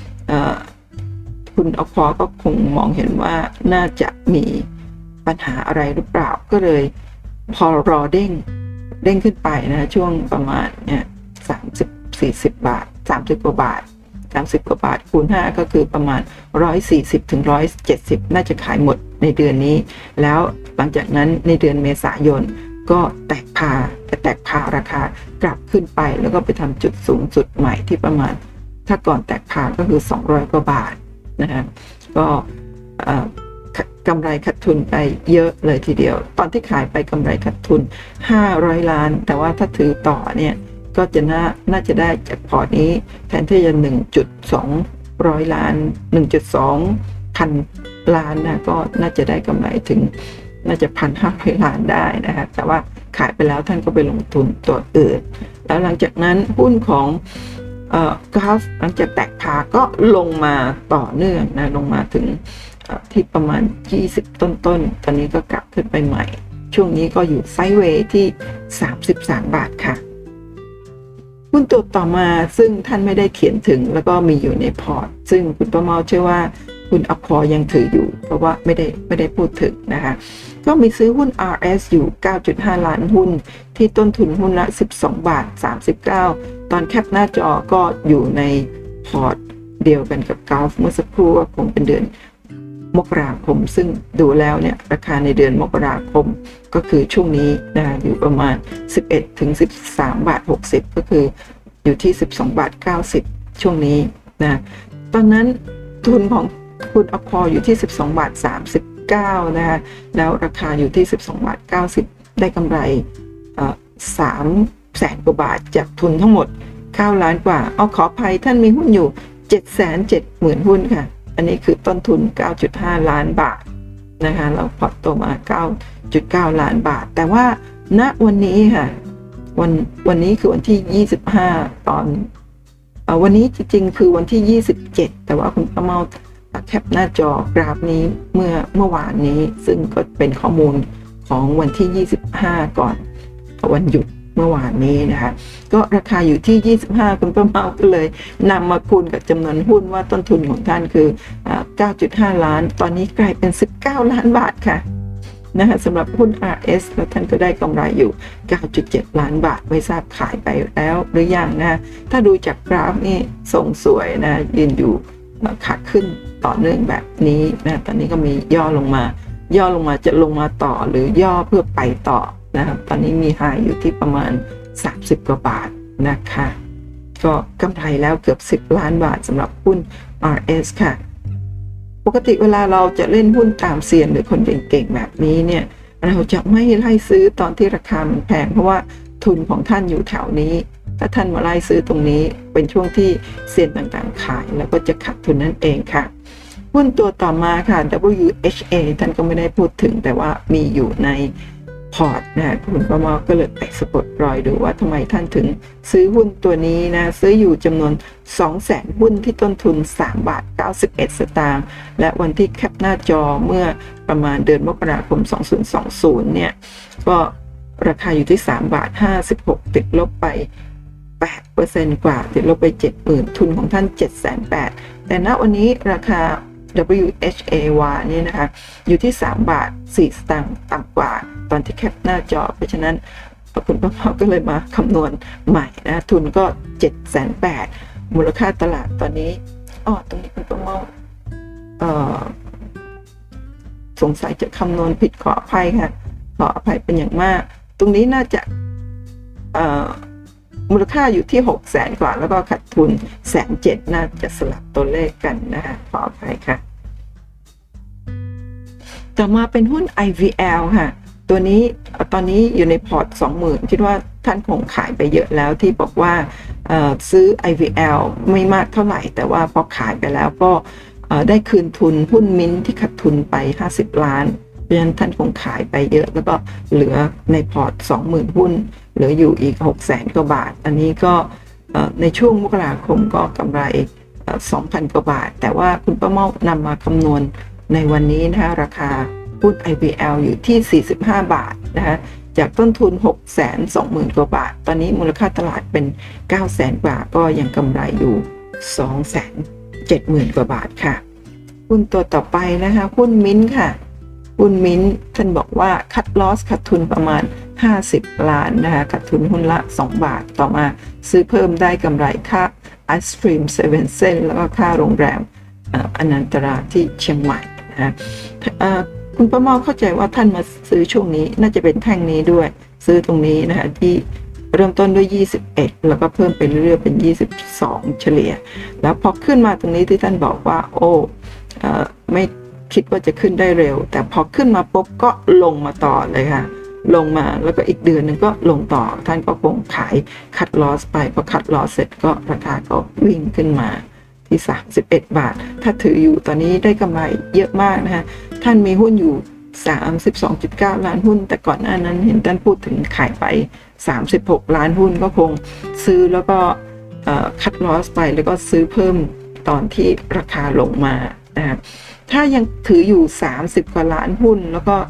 คุณอภรณ์ก็คงมองเห็นว่าน่าจะมีปัญหาอะไรหรือเปล่าก็เลยพอรอเด้งเด้งขึ้นไปนะช่วงประมาณเนี่ยสามสิบ สี่สิบบาทสามสิบกว่าบาทสามสิบกว่าบาทคูณห้าก็คือประมาณหนึ่งร้อยสี่สิบถึงหนึ่งร้อยเจ็ดสิบน่าจะขายหมดในเดือนนี้แล้วหลังจากนั้นในเดือนเมษายนก็แตกพาแต่แตกพาราคากลับขึ้นไปแล้วก็ไปทำจุดสูงสุดใหม่ที่ประมาณถ้าก่อนแตกพาก็คือสองร้อยกว่าบาทนะฮะก็กำไรขาดทุนไปเยอะเลยทีเดียวตอนที่ขายไปกำไรขาดทุนห้าร้อยล้านแต่ว่าถ้าถือต่อเนี่ยก็จะน่าน่าจะได้จากพอร์ตนี้แทนที่จะ หนึ่งจุดสองร้อยล้าน หนึ่งจุดสอง พันล้านนะก็น่าจะได้กำไรถึงน่าจะ หนึ่งพันห้าร้อย ล้านได้นะคะแต่ว่าขายไปแล้วท่านก็ไปลงทุนตัวอื่นแล้วหลังจากนั้นหุ้นของเอ่อกราฟหลังจากแตกพาก็ลงมาต่อเนื่องนะลงมาถึงที่ประมาณยี่สิบต้นๆ ต, ตอนนี้ก็กลับขึ้นไปใหม่ช่วงนี้ก็อยู่ไซด์เวย์ที่สามสิบสามบาทค่ะหุ้นตัวต่อมาซึ่งท่านไม่ได้เขียนถึงแล้วก็มีอยู่ในพอร์ตซึ่งคุณประเมาเชื่อว่าคุณอัพพอยังถืออยู่เพราะว่าไม่ได้ไม่ได้พูดถึงนะคะก็มีซื้อหุ้น อาร์ เอส อยู่ เก้าจุดห้า ล้านหุ้นที่ต้นทุนหุ้นละสิบสองบาทสามสิบเก้าตอนแคปหน้าจอก็อยู่ในพอร์ตเดียวกันกับกราฟเมื่อสักครู่ว่าคงเป็นเดือนมกราคมซึ่งดูแล้วเนี่ยราคาในเดือนมกราคมก็คือช่วงนี้นะอยู่ประมาณสิบเอ็ดถึงสิบสามบาทหกสิบก็คืออยู่ที่สิบสองบาทเก้าสิบช่วงนี้นะตอนนั้นทุนของคุณอัพพออยู่ที่สิบสองบาทสามสิบเก้านะคะแล้วราคาอยู่ที่สิบสองบาทเก้าสิบได้กำไรสามแสนกว่าบาทจากทุนทั้งหมดเก้าล้านกว่าเอาขออภัยท่านมีหุ้นอยู่ เจ็ดแสนเจ็ดหมื่น หุ้นค่ะอันนี้คือต้นทุน เก้าจุดห้า ล้านบาทนะคะเราพอร์ตโตมา เก้าจุดเก้า ล้านบาทแต่ว่าณวันนี้ค่ะวันวันนี้คือวันที่ยี่สิบห้าตอนเอ่อวันนี้จริงๆคือวันที่ยี่สิบเจ็ดแต่ว่าคุณประเมาแคปหน้าจอกราฟนี้เมื่อเมื่อวานนี้ซึ่งก็เป็นข้อมูลของวันที่ยี่สิบห้าก่อนวันหยุดเมื่อวานนี้นะคะก็ราคาอยู่ที่ยี่สิบห้าคุณประเมาก็เลยนำมาคูณกับจำนวนหุ้นว่าต้นทุนของท่านคือ เก้าจุดห้า ล้านตอนนี้กลายเป็นสิบเก้าล้านบาทค่ะนะคะสำหรับหุ้น อาร์ เอส แล้วท่านก็ได้กำไรอยู่ เก้าจุดเจ็ด ล้านบาทไม่ทราบขายไปแล้วหรือยังนะถ้าดูจากกราฟนี่ทรงสวยนะยืนอยู่ขาขึ้นต่อเนื่องแบบนี้นะตอนนี้ก็มีย่อลงมาย่อลงมาจะลงมาต่อหรือย่อเพื่อไปต่อนะครับตอนนี้มีไฮอยู่ที่ประมาณสามสิบกว่าบาทนะคะก็กำไรแล้วเกือบสิบล้านบาทสำหรับหุ้น อาร์ เอส ค่ะปกติเวลาเราจะเล่นหุ้นตามเซียนหรือคนเก่งๆแบบนี้เนี่ยเราจะไม่ไล่ซื้อตอนที่ราคามันแพงเพราะว่าทุนของท่านอยู่แถวนี้ถ้าท่านมาไล่ซื้อตรงนี้เป็นช่วงที่เซียนต่างๆขายแล้วก็จะขาดทุนนั่นเองค่ะหุ้นตัวต่อมาค่ะ ดับเบิลยู เอช เอ ท่านก็ไม่ได้พูดถึงแต่ว่ามีอยู่ในพอร์ตนะคุณประมาก็เลยไปสะกดรอยดูว่าทำไมท่านถึงซื้อหุ้นตัวนี้นะซื้ออยู่จำนวน สองแสน หุ้นที่ต้นทุนสามบาทเก้าสิบเอ็ดสตางค์และวันที่แคปหน้าจอเมื่อประมาณเดือนมกราคมสองพันยี่สิบเนี่ยก็ราคาอยู่ที่สามบาทห้าสิบหกติดลบไป แปดเปอร์เซ็นต์ กว่าติดลบไป เจ็ดหมื่น ทุนของท่าน เจ็ดแสนแปดหมื่น แต่ณวันนี้ราคา ดับเบิลยู เอช เอ วา นี่นะคะอยู่ที่สามบาทสี่สตางค์ต่ำกว่าตอนที่แคปหน้าจอเพราะฉะนั้นคุณประเมาก็เลยมาคำนวณใหม่นะทุนก็ เจ็ดแสนแปดหมื่น มูลค่าตลาดตอนนี้อ๋อตรงนี้คุณประเมาเอ่อสงสัยจะคำนวณผิดขออภัยค่ะขออภัยเป็นอย่างมากตรงนี้น่าจะเอ่อมูลค่าอยู่ที่หกแสนกว่าแล้วก็ขาดทุนแสนเจ็ดน่าจะสลับตัวเลขกันนะคะขออภัยค่ะต่อมาเป็นหุ้น ไอ วี แอล ค่ะตัวนี้ตอนนี้อยู่ในพอร์ต สองหมื่น คิดว่าท่านคงขายไปเยอะแล้วที่บอกว่าซื้อ ไอ วี แอล ไม่มากเท่าไหร่แต่ว่าพอขายไปแล้วก็ได้คืนทุนหุ้นมิ้นที่ขาดทุนไปห้าสิบล้านเพราะฉะนั้นท่านคงขายไปเยอะแล้วก็เหลือในพอร์ต สองหมื่น หุ้นเหลืออยู่อีก หกแสน กว่าบาทอันนี้ก็ในช่วงมกราคมก็กำไร สองพัน กว่าบาทแต่ว่าคุณประเมานำมาคำนวณในวันนี้นะคะราคาหุ้น ไอ วี แอล อยู่ที่สี่สิบห้าบาทนะคะจากต้นทุน หกแสนสองหมื่น กว่าบาทตอนนี้มูลค่าตลาดเป็น เก้าแสน กว่าก็ยังกำไรอยู่ สองแสนเจ็ดหมื่น กว่าบาทค่ะหุ้นตัวต่อไปนะคะหุ้นมิ้นค่ะหุ้นมิ้นท่านบอกว่าคัดลอสขาดทุนประมาณห้าสิบล้านนะคะขาดทุนหุ้นละสองบาทต่อมาซื้อเพิ่มได้กำไรค่าไอศครีมเซเว่นเซนแล้วก็ค่าโรงแรมอนันตราที่เชียงใหม่นะคุณประเมาเข้าใจว่าท่านมาซื้อช่วงนี้น่าจะเป็นแท่งนี้ด้วยซื้อตรงนี้นะคะที่เริ่มต้นด้วยยี่สิบเอ็ดแล้วก็เพิ่มไปเรื่อยๆเป็นยี่สิบสองเฉลี่ยแล้วพอขึ้นมาตรงนี้ที่ท่านบอกว่าโอ้ไม่คิดว่าจะขึ้นได้เร็วแต่พอขึ้นมาปุ๊บก็ลงมาต่อเลยค่ะลงมาแล้วก็อีกเดือนหนึ่งก็ลงต่อท่านก็คงขายคัดลอสไปพอคัดลอสเสร็จก็ราคาก็วิ่งขึ้นมาที่สามสิบเอ็ดบาทถ้าถืออยู่ตอนนี้ได้กำไรเยอะมากนะคะท่านมีหุ้นอยู่ สามสิบสองจุดเก้า ล้านหุ้นแต่ก่อนหน้านั้นเห็นท่านพูดถึงขายไปสามสิบหกล้านหุ้นก็คงซื้อแล้วก็คัดลอสไปแล้วก็ซื้อเพิ่มตอนที่ราคาลงมานะถ้ายังถืออยู่สามสิบกว่าล้านหุ้นแล้วก็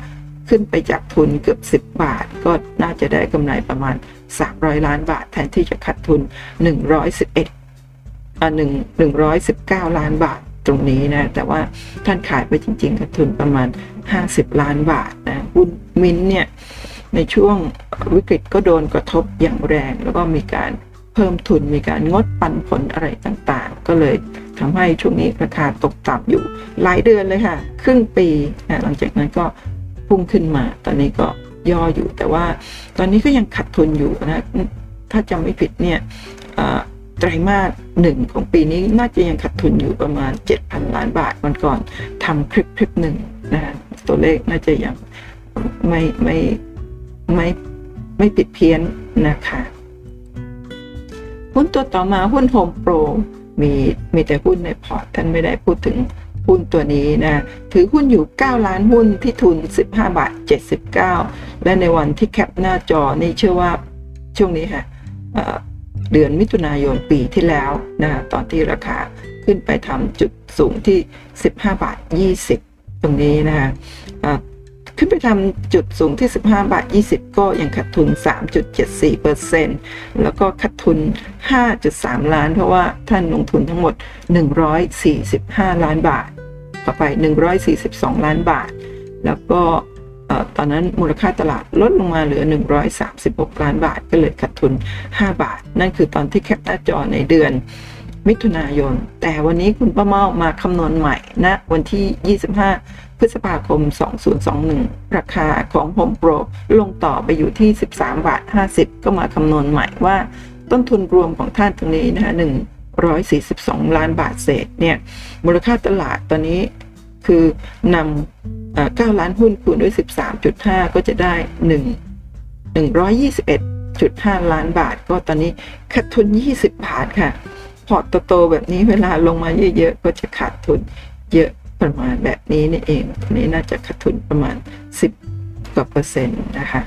ขึ้นไปจากทุนเกือบสิบบาทก็น่าจะได้กำไรประมาณสามร้อยล้านบาทแทนที่จะขาดทุนหนึ่งร้อยสิบเอ็ดอ่า1 หนึ่งร้อยสิบเก้าล้านบาทตรงนี้นะแต่ว่าท่านขายไปจริงๆขาดทุนประมาณห้าสิบล้านบาทนะหุ้นมิ้นเนี่ยในช่วงวิกฤตก็โดนกระทบอย่างแรงแล้วก็มีการเพิ่มทุนมีการงดปันผลอะไรต่างๆก็เลยทำให้ช่วงนี้ราคาตกต่ำอยู่หลายเดือนเลยค่ะครึ่งปีนะหลังจากนั้นก็พุ่งขึ้นมาตอนนี้ก็ย่ออยู่แต่ว่าตอนนี้ก็ยังขาดทุนอยู่นะถ้าจำไม่ผิดเนี่ยไตรมาสหนึ่งของปีนี้น่าจะยังขาดทุนอยู่ประมาณ เจ็ดพัน ล้านบาทวันก่อนทำคลิปคลิปหนึ่งนะตัวเลขน่าจะยังไม่ไม่ไม่ไม่ผิดเพี้ยนนะคะหุ้นตัวต่อมาหุ้นโฮมโปรมีมีแต่หุ้นในพอร์ตท่านไม่ได้พูดถึงหุ้นตัวนี้นะถือหุ้นอยู่เก้าล้านหุ้นที่ทุนสิบห้าบาทเจ็ดสิบเก้าและในวันที่แคปหน้าจอนี่เชื่อว่าช่วงนี้ค่ะเดือนมิถุนายนปีที่แล้วนะตอนที่ราคาขึ้นไปทำจุดสูงที่สิบห้าบาทยี่สิบตรงนี้นะคะขึ้นไปทำจุดสูงที่สิบห้าบาทยี่สิบก็ยังขาดทุน สามจุดเจ็ดสี่เปอร์เซ็นต์ แล้วก็ขาดทุน ห้าจุดสาม ล้านเพราะว่าท่านลงทุนทั้งหมดหนึ่งร้อยสี่สิบห้าล้านบาทต่อไปหนึ่งร้อยสี่สิบสองล้านบาทแล้วก็ตอนนั้นมูลค่าตลาดลดลงมาเหลือหนึ่งร้อยสามสิบหกล้านบาทก็เลยขาดทุนห้าบาทนั่นคือตอนที่แคปหน้าจอในเดือนมิถุนายนแต่วันนี้คุณป้าเมามาคำนวณใหม่ณนะวันที่ยี่สิบห้าพฤษภาคมสองพันยี่สิบเอ็ดราคาของ Home Pro ลงต่อไปอยู่ที่สิบสามบาทห้าสิบก็มาคำนวณใหม่ว่าต้นทุนรวมของท่านตรงนี้นะคะหนึ่งร้อยสี่สิบสองล้านบาทเศษเนี่ยมูลค่าตลาดตอนนี้คือนำเก้าล้านหุ้นคูณด้วย สิบสามจุดห้า ก็จะได้1 หนึ่งร้อยยี่สิบเอ็ดจุดห้า ล้านบาทก็ตอนนี้ขาดทุนยี่สิบบาทค่ะพอร์ตโตๆแบบนี้เวลาลงมาเยอะๆก็จะขาดทุนเยอะประมาณแบบนี้นี่เองตอนนี้น่าจะขาดทุนประมาณสิบกว่าเปอร์เซ็นต์นะคะ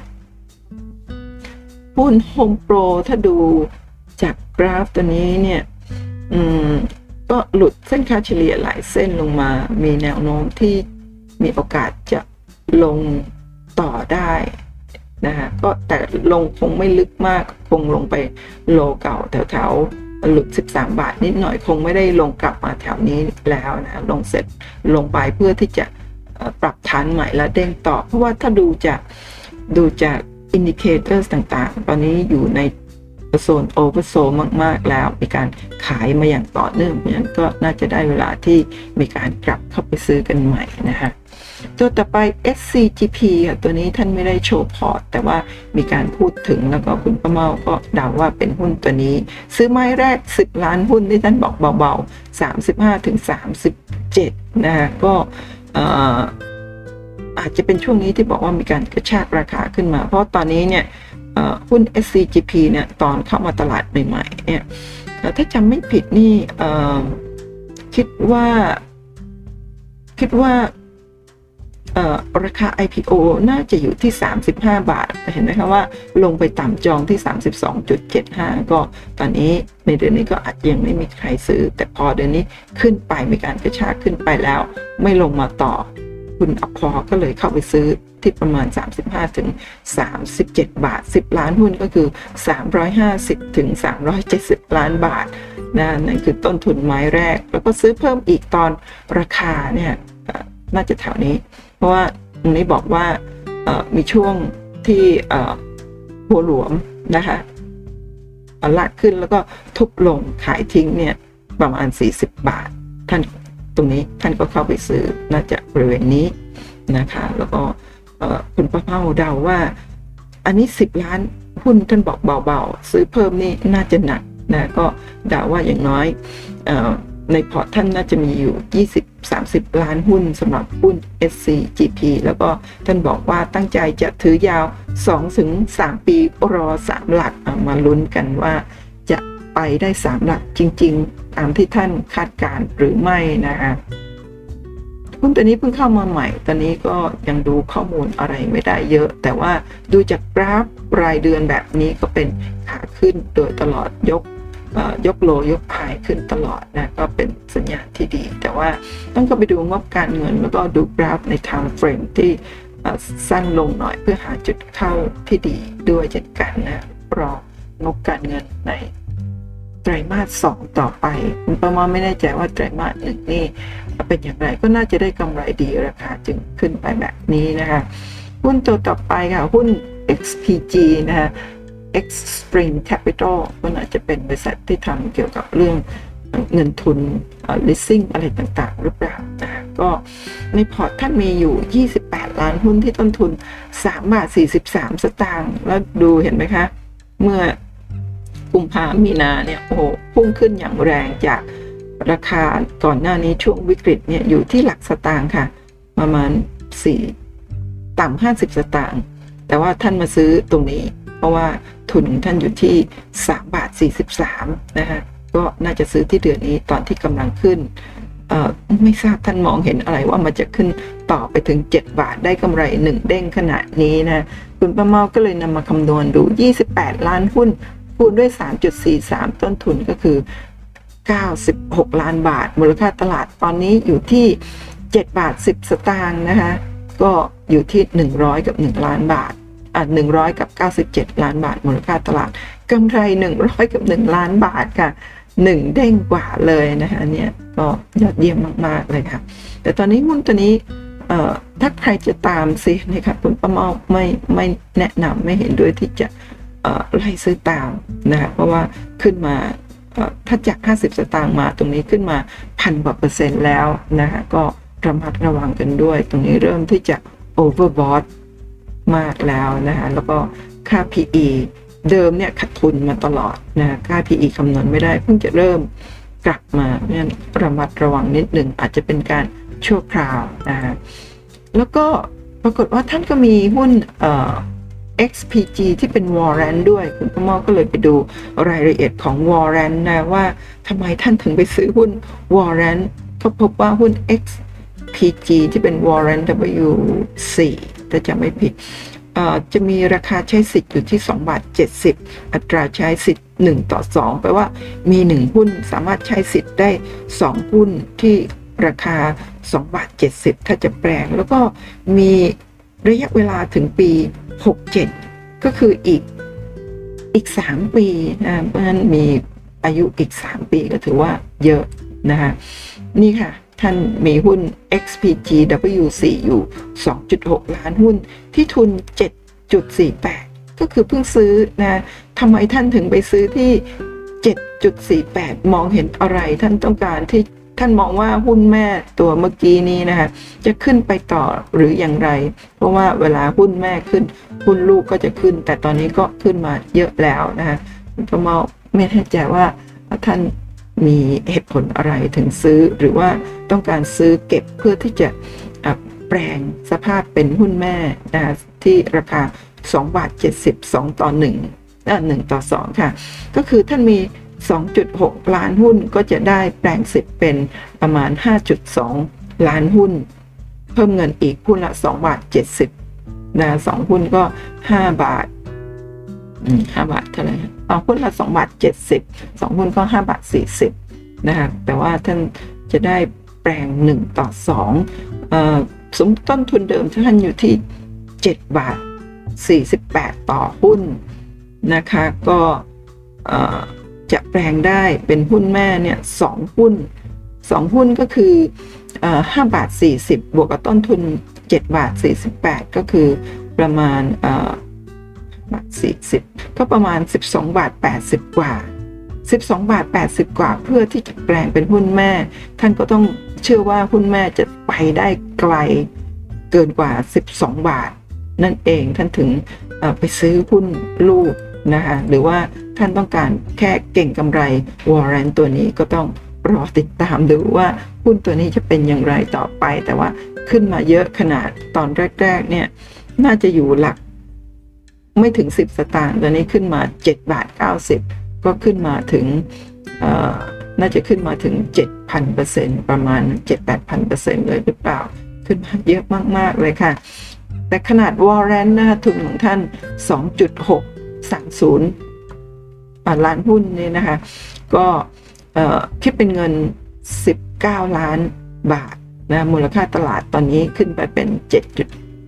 หุ้น Home Pro ถ้าดูจากกราฟตัวนี้เนี่ยอืมก็หลุดเส้นค่าเฉลี่ยหลายเส้นลงมามีแนวโน้มที่มีโอกาสจะลงต่อได้นะคะก็แต่ลงคงไม่ลึกมากคงลงไปโลเก่าแถวๆหลุดสิบสามบาทนิดหน่อยคงไม่ได้ลงกลับมาแถวนี้แล้วนะลงเสร็จลงไปเพื่อที่จะปรับฐานใหม่แล้วเด้งต่อเพราะว่าถ้าดูจากดูจากอินดิเคเตอร์ต่างๆตอนนี้อยู่ในโซนโอเวอร์โซมากๆแล้วมีการขายมาอย่างต่อเนื่องเพราะฉะนั้นก็น่าจะได้เวลาที่มีการกลับเข้าไปซื้อกันใหม่นะคะตัวต่อไป เอส ซี จี พี ค่ะตัวนี้ท่านไม่ได้โชว์พอร์ตแต่ว่ามีการพูดถึงแล้วก็คุณป้าเมาก็เดาว่าเป็นหุ้นตัวนี้ซื้อไม้แรกสิบล้านหุ้นที่ท่านบอกเบาๆ สามสิบห้าถึงสามสิบเจ็ด นะคะก็อาจจะเป็นช่วงนี้ที่บอกว่ามีการกระชากราคาขึ้นมาเพราะตอนนี้เนี่ยหุ้น เอส ซี จี พี เนี่ยตอนเข้ามาตลาดใหม่ๆเนี่ยถ้าจำไม่ผิดนี่คิดว่าคิดว่าราคา ไอ พี โอ น่าจะอยู่ที่สามสิบห้าบาทเห็นไหมคะว่าลงไปต่ำจองที่ สามสิบสองจุดเจ็ดห้า ก็ตอนนี้ในเดือนนี้ก็อาจยังไม่มีใครซื้อแต่พอเดือนนี้ขึ้นไปมีการกระชากขึ้นไปแล้วไม่ลงมาต่อคุณอัพพอก็เลยเข้าไปซื้อที่ประมาณสามสิบห้าถึงสามสิบเจ็ดบาทสิบล้านหุ้นก็คือสามร้อยห้าสิบถึงสามร้อยเจ็ดสิบล้านบาทนะนั่นคือต้นทุนไม้แรกแล้วก็ซื้อเพิ่มอีกตอนราคาเนี่ยน่าจะแถวนี้เพราะว่าตรงนี้บอกว่ามีช่วงที่หัวหลวมนะคะลากขึ้นแล้วก็ทุบลงขายทิ้งเนี่ยประมาณสี่สิบบาทท่านตรงนี้ท่านก็เข้าไปซื้อน่าจะบริเวณนี้นะคะแล้วก็คุณป้าเป้าเดาว่าอันนี้สิบล้านหุ้นท่านบอกเบาๆซื้อเพิ่มนี่น่าจะหนักนะก็เดาว่าอย่างน้อยในพอร์ตท่านน่าจะมีอยู่ ยี่สิบถึงสามสิบ ล้านหุ้นสำหรับหุ้น เอส ซี จี พี แล้วก็ท่านบอกว่าตั้งใจจะถือยาว สองถึงสาม ปีรอสามหลักมาลุ้นกันว่าจะไปได้สามหลักจริงๆตามที่ท่านคาดการณ์หรือไม่นะคะหุ้นตัวนี้เพิ่งเข้ามาใหม่ตอนนี้ก็ยังดูข้อมูลอะไรไม่ได้เยอะแต่ว่าดูจากกราฟรายเดือนแบบนี้ก็เป็นขาขึ้นโดยตลอดยกยกโลยกไฮขึ้นตลอดนะก็เป็นสัญญาณที่ดีแต่ว่าต้องก็ไปดูงบการเงินแล้วก็ดูกราฟใน time frame ที่สั้นลงหน่อยเพื่อหาจุดเข้าที่ดีด้วยเช่นกันนะรองบการเงินในไตรมาสสองต่อไปคุณประมาณไม่แน่ใจว่าไตรมาสหนึ่งนี่เป็นอย่างไรก็น่าจะได้กำไรดีราคาจึงขึ้นไปแบบนี้นะคะหุ้นตัวต่อไปค่ะหุ้น เอ็กซ์ พี จี นะคะ Extreme Capital ก็น่าจะเป็นบริษัทที่ทำเกี่ยวกับเรื่องเงินทุน leasing อะไรต่างๆหรือเปล่านะก็ในพอร์ตท่านมีอยู่ยี่สิบแปดล้านหุ้นที่ต้นทุนสามบาทสี่สิบสามสตางค์แล้วดูเห็นไหมคะเมื่อกุมภาพันธ์มีนาเนี่ยโอ้โหพุ่งขึ้นอย่างแรงจากราคาก่อนหน้านี้ช่วงวิกฤตเนี่ยอยู่ที่หลักสตางค์ค่ะประมาณสี่ต่ำห้าสิบสตางค์แต่ว่าท่านมาซื้อตรงนี้เพราะว่าทุนของท่านอยู่ที่สามบาทสี่สิบสามนะคะก็น่าจะซื้อที่เดือนนี้ตอนที่กำลังขึ้นเอ่อไม่ทราบท่านมองเห็นอะไรว่ามันจะขึ้นต่อไปถึงเจ็ดบาทได้กำไรหนึ่งเด้งขนาดนี้นะคุณป้าเมาก็เลยนำมาคำนวณดูยี่สิบแปดล้านหุ้นคูณด้วย สามจุดสี่สาม ต้นทุนก็คือเก้าสิบหกล้านบาทมูลค่าตลาดตอนนี้อยู่ที่เจ็ดบาทสิบสตางค์นะคะก็อยู่ที่หนึ่งร้อยกับหนึ่งล้านบาทอ่ะหนึ่งร้อยกับเก้าสิบเจ็ดล้านบาทมูลค่าตลาดกำไรหนึ่งร้อยกับหนึ่งล้านบาทค่ะหนึ่งเด้งกว่าเลยนะคะเนี่ยก็ยอดเยี่ยมมากๆเลยค่ะแต่ตอนนี้หุ้นตัวนี้เอ่อถ้าใครจะตามซินะครับคุณป้าเมาไม่ไม่แนะนำไม่เห็นด้วยที่จะเอ่อไล่ซื้อตามนะคะเพราะว่าขึ้นมาถ้าจากห้าสิบสตางค์มาตรงนี้ขึ้นมาพันกว่าเปอร์เซ็นต์แล้วนะคะก็ระมัดระวังกันด้วยตรงนี้เริ่มที่จะ overbought มากแล้วนะคะแล้วก็ค่า พี อี เดิมเนี่ยขาดทุนมาตลอดนะค่า พี อี คำนวณไม่ได้เพิ่งจะเริ่มกลับมาเพราะฉะนั้นระมัดระวังนิดหนึ่งอาจจะเป็นการชั่วคราวนะฮะแล้วก็ปรากฏว่าท่านก็มีหุ้นเอ่อ เอ็กซ์ พี จี ที่เป็น warrant ด้วยคุณพ่อมอก็เลยไปดูรายละเอียดของ warrant นะว่าทำไมท่านถึงไปซื้อหุ้น warrant ก็พบว่าหุ้น เอ็กซ์ พี จี ที่เป็น warrant ดับเบิลยู โฟร์ ถ้าจะไม่ผิดจะมีราคาใช้สิทธิ์อยู่ที่สองบาทเจ็ดสิบอัตราใช้สิทธิ์หนึ่งต่อสองแปลว่ามีหนึ่งหุ้นสามารถใช้สิทธิ์ได้สองหุ้นที่ราคาสองบาทเจ็ดสิบถ้าจะแปลงแล้วก็มีระยะเวลาถึงปีหกสิบเจ็ดก็คืออีกอีกสามปีนะเพราะฉะนั้นมีอายุอีกสามปีก็ถือว่าเยอะนะคะนี่ค่ะท่านมีหุ้น เอ็กซ์ พี จี ดับเบิลยู โฟร์ อยู่ สองจุดหก ล้านหุ้นที่ทุน เจ็ดจุดสี่แปด ก็คือเพิ่งซื้อนะทำไมท่านถึงไปซื้อที่ เจ็ดจุดสี่แปด มองเห็นอะไรท่านต้องการที่ท่านมองว่าหุ้นแม่ตัวเมื่อกี้นี้นะคะจะขึ้นไปต่อหรืออย่างไรเพราะว่าเวลาหุ้นแม่ขึ้นหุ้นลูกก็จะขึ้นแต่ตอนนี้ก็ขึ้นมาเยอะแล้วนะคะก็มาไม่แน่ใจว่าท่านมีเหตุผลอะไรถึงซื้อหรือว่าต้องการซื้อเก็บเพื่อที่จะแปลงสภาพเป็นหุ้นแม่นะที่ราคาสองบาทเจ็ดสิบ สองต่อหนึ่งอ่ะหนึ่งต่อสองค่ะก็คือท่านมี สองจุดหก ล้านหุ้นก็จะได้แปลงสิทธิ์เป็นประมาณ ห้าจุดสอง ล้านหุ้นเพิ่มเงินอีกหุ้นละสองบาทเจ็ดสิบนะสองหุ้นก็ห้าบาทอืมห้าบาทเท่าไหร่เอาหุ้นละสองบาทเจ็ดสิบสองหุ้นก็ห้าบาทสี่สิบนะคะแต่ว่าท่านจะได้แปลงหนึ่งต่อสองเอ่อสมต้นทุนเดิมท่านอยู่ที่เจ็ดบาทสี่สิบแปดต่อหุ้นนะคะก็เอ่อจะแปลงได้เป็นหุ้นแม่เนี่ยสองหุ้นสองหุ้นก็คือเอ่อห้าบาทสี่สิบบวกกับต้นทุนเจ็ดบาทสี่สิบแปดก็คือประมาณเอ่อบาทสี่สิบก็ประมาณสิบสองบาทแปดสิบกว่าสิบสองบาทแปดสิบกว่าเพื่อที่จะแปลงเป็นหุ้นแม่ท่านก็ต้องเชื่อว่าหุ้นแม่จะไปได้ไกลเกินกว่าสิบสองบาทนั่นเองท่านถึงไปซื้อหุ้นลูกนะคะหรือว่าท่านต้องการแค่เก่งกำไรวอร์เรนตัวนี้ก็ต้องรอติดตามดูว่าหุ้นตัวนี้จะเป็นอย่างไรต่อไปแต่ว่าขึ้นมาเยอะขนาดตอนแรกๆเนี่ยน่าจะอยู่หลักไม่ถึงสิบสตางค์ตอนนี้ขึ้นมาเจ็ดบาทเก้าสิบก็ขึ้นมาถึงน่าจะขึ้นมาถึง เจ็ดพันเปอร์เซ็นต์ ประมาณ เจ็ดแปดพันเปอร์เซ็นต์ เลยหรือเปล่าขึ้นมาเยอะมากๆเลยค่ะแต่ขนาดวอร์เรนต์นะคะทุนของท่าน สองจุดหกสามศูนย์ ล้านหุ้นนี่นะคะก็คิดเป็นเงินสิบเก้าล้านบาทนะมูลค่าตลาดตอนนี้ขึ้นไปเป็นเจ็ดจุด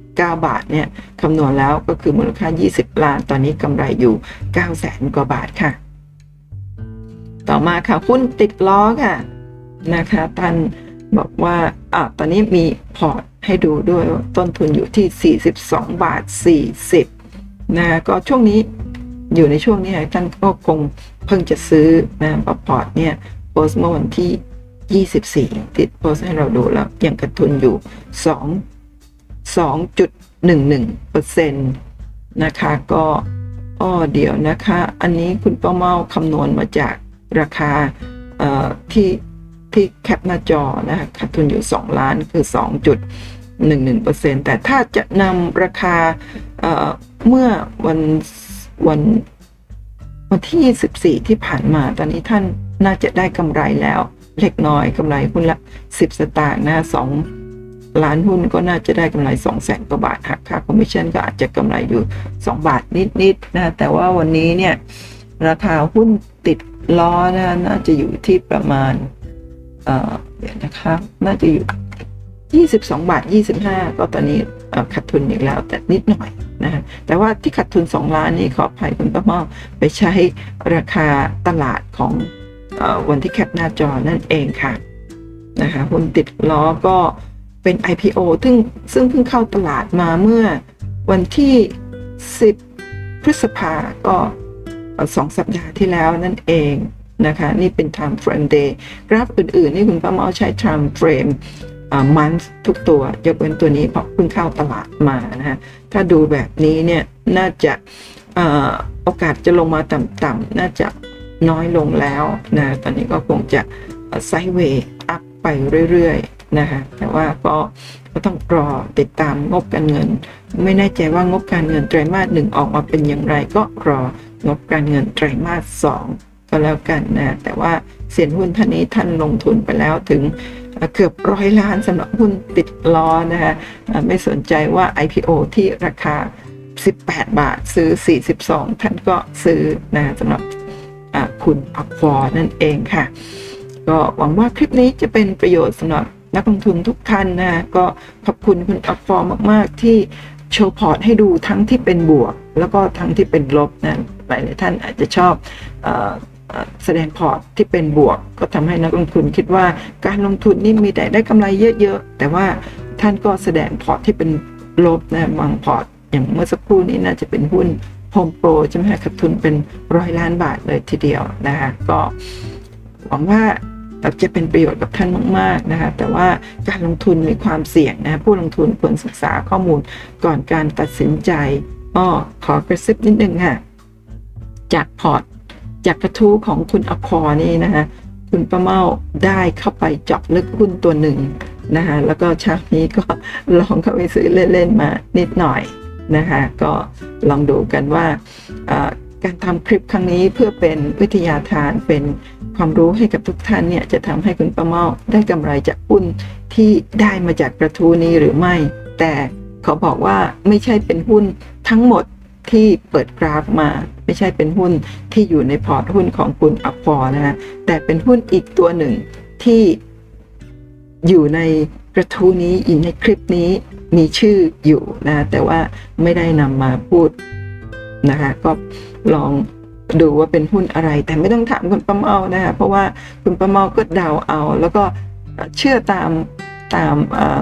เก้าบาทเนี่ยคำนวณแล้วก็คือมูลค่ายี่สิบล้านตอนนี้กำไรอยู่เก้าแสนกว่าบาทค่ะต่อมาค่ะหุ้นติดล้อค่ะนะคะท่านบอกว่าอ่าตอนนี้มีพอร์ตให้ดูด้วยต้นทุนอยู่ที่สี่สิบสองบาทสี่สิบนะก็ช่วงนี้อยู่ในช่วงนี้ท่านก็คงเพิ่งจะซื้อนะเพราะพอร์ตเนี่ยโพสต์เมื่อวันที่ยี่สิบสี่ติดโพสต์ให้เราดูแล้วยังกระทุนอยู่สอง สองจุดหนึ่งหนึ่งเปอร์เซ็นต์ นะคะก็อ้อเดี๋ยวนะคะอันนี้คุณป้าเมาคำนวณมาจากราคาเอ่อที่ที่แคปหน้าจอนะคะขาดทุนอยู่สองล้านคือ สองจุดหนึ่งหนึ่งเปอร์เซ็นต์ แต่ถ้าจะนำราคาเอ่อเมื่อวันวันวันที่ยี่สิบสี่ที่ผ่านมาตอนนี้ท่านน่าจะได้กำไรแล้วเล็กน้อยกำไรหุ้นละสิบสตางค์นะสองล้านหุ้นก็น่าจะได้กำไรสองแสนกว่าบาทหักค่าคอมมิชชั่นก็อาจจะกำไรอยู่สองบาทนิดๆนะแต่ว่าวันนี้เนี่ยราคาหุ้นติดล้อนะน่าจะอยู่ที่ประมาณเอ่อเดี๋ยวนะคะน่าจะอยู่ยี่สิบสองบาทยี่สิบห้าก็ตอนนี้ขาดทุนอีกแล้วแต่นิดหน่อยนะแต่ว่าที่ขาดทุนสองล้านนี่ขออภัยคุณป้าเมาไปใช้ราคาตลาดของเอ่อวันที่แคปหน้าจอนั่นเองค่ะนะคะหุ้นติดล้อก็เป็น ไอ พี โอ ซึ่งซึ่งเพิ่งเข้าตลาดมาเมื่อวันที่สิบพฤษภาก็สองสัปดาห์ที่แล้วนั่นเองนะคะนี่เป็น time frame day กราฟอื่นๆนี่คุณป้าเมาใช้ time frame month ทุกตัวยกเว้นตัวนี้เพราะเพิ่งเข้าตลาดมานะฮะถ้าดูแบบนี้เนี่ยน่าจะโอกาสจะลงมาต่ำๆน่าจะน้อยลงแล้วนะตอนนี้ก็คงจะไซด์เวย์อัพไปเรื่อยๆนะคะแต่ว่าก็ก็ต้องรอติดตามงบการเงินไม่แน่ใจว่างบการเงินไตรมาสหนึ่งออกมาเป็นอย่างไรก็รองบการเงินไตรมาสสองก็แล้วกันนะแต่ว่าเซียนหุ้นท่านนี้ท่านลงทุนไปแล้วถึงเกือบร้อยล้านสำหรับหุ้นติดล้อนะคะไม่สนใจว่า ไอ พี โอ ที่ราคาสิบแปดบาทซื้อสี่สิบสองท่านก็ซื้อนะสำหรับคุณอัพฟอร์นั่นเองค่ะก็หวังว่าคลิปนี้จะเป็นประโยชน์สำหรับนักลงทุนทุกท่านนะก็ขอบคุณคุณอัพฟอร์มากๆที่โชว์พอร์ตให้ดูทั้งที่เป็นบวกแล้วก็ทั้งที่เป็นลบนะหลายท่านอาจจะชอบเอ่อแสดงพอร์ตที่เป็นบวกก็ทำให้นักลงทุนคิดว่าการลงทุนนี่มีแต่ได้กำไรเยอะๆแต่ว่าท่านก็แสดงพอร์ตที่เป็นลบนะบางพอร์ตอย่างเมื่อสักครู่นี้น่าจะเป็นหุ้นโฮมโปรใช่ไหมขาดทุนเป็นร้อยล้านบาทเลยทีเดียวนะคะก็หวังว่าจะเป็นประโยชน์กับท่านมากๆนะคะแต่ว่าการลงทุนมีความเสี่ยงนะผู้ลงทุนควรศึกษาข้อมูลก่อนการตัดสินใจอ้อขอกระซิบนิดนึงค่ะจากพอร์ตจากกระทู้ของคุณอคอนี่นะคะคุณป้าเมาได้เข้าไปเจาะลึกหุ้นตัวหนึ่งนะคะแล้วก็เช้านี้ก็ลองเข้าไปซื้อเล่นๆมานิดหน่อยนะคะก็ลองดูกันว่าการทำคลิปครั้งนี้เพื่อเป็นวิทยาทานเป็นความรู้ให้กับทุกท่านเนี่ยจะทำให้คุณป้าเมาได้กำไรจากหุ้นที่ได้มาจากกระทู้นี้หรือไม่แต่เขาบอกว่าไม่ใช่เป็นหุ้นทั้งหมดที่เปิดกราฟมาไม่ใช่เป็นหุ้นที่อยู่ในพอร์ตหุ้นของคุณอัพฟอร์นะฮะแต่เป็นหุ้นอีกตัวหนึ่งที่อยู่ในกระทู้นี้อยู่ในคลิปนี้มีชื่ออยู่นะแต่ว่าไม่ได้นำมาพูดนะคะก็ลองดูว่าเป็นหุ้นอะไรแต่ไม่ต้องถามคุณป้าเมานะคะเพราะว่าคุณป้าเมาก็เดาเอาแล้วก็เชื่อตามตาม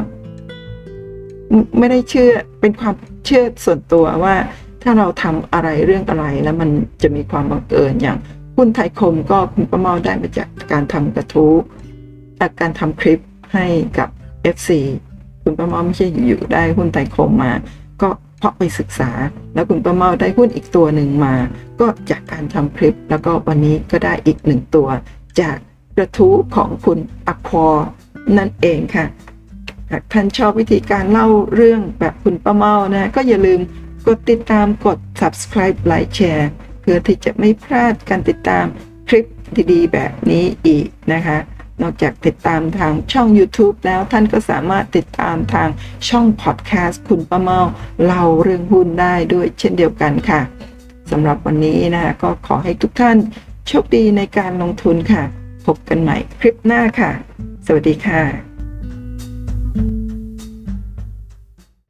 ไม่ได้เชื่อเป็นความเชื่อส่วนตัวว่าถ้าเราทำอะไรเรื่องอะไรแล้วมันจะมีความบังเอิญอย่างหุ้นไทยคมก็คุณป้าเมาได้มาจากการทำกระทู้การทำคลิปให้กับ เอฟ ซี คุณป้าเมาไม่ใช่อยู่ๆได้หุ้นไทยคมมาก็เพราะไปศึกษาแล้วคุณป้าเมาได้หุ้นอีกตัวหนึ่งมาก็จากการทำคลิปแล้วก็วันนี้ก็ได้อีกหนึ่งตัวจากกระทู้ของคุณอัคคอนั่นเองค่ะหากท่านชอบวิธีการเล่าเรื่องแบบคุณป้าเมานะก็อย่าลืมกดติดตามกด Subscribe ไลค์แชร์เพื่อที่จะไม่พลาดการติดตามคลิปดีๆแบบนี้อีกนะคะนอกจากติดตามทางช่อง YouTube แล้วท่านก็สามารถติดตามทางช่อง Podcast คุณป้าเมาเล่าเรื่องหุ้นได้ด้วยเช่นเดียวกันค่ะสำหรับวันนี้นะคะก็ขอให้ทุกท่านโชคดีในการลงทุนค่ะพบกันใหม่คลิปหน้าค่ะสวัสดีค่ะ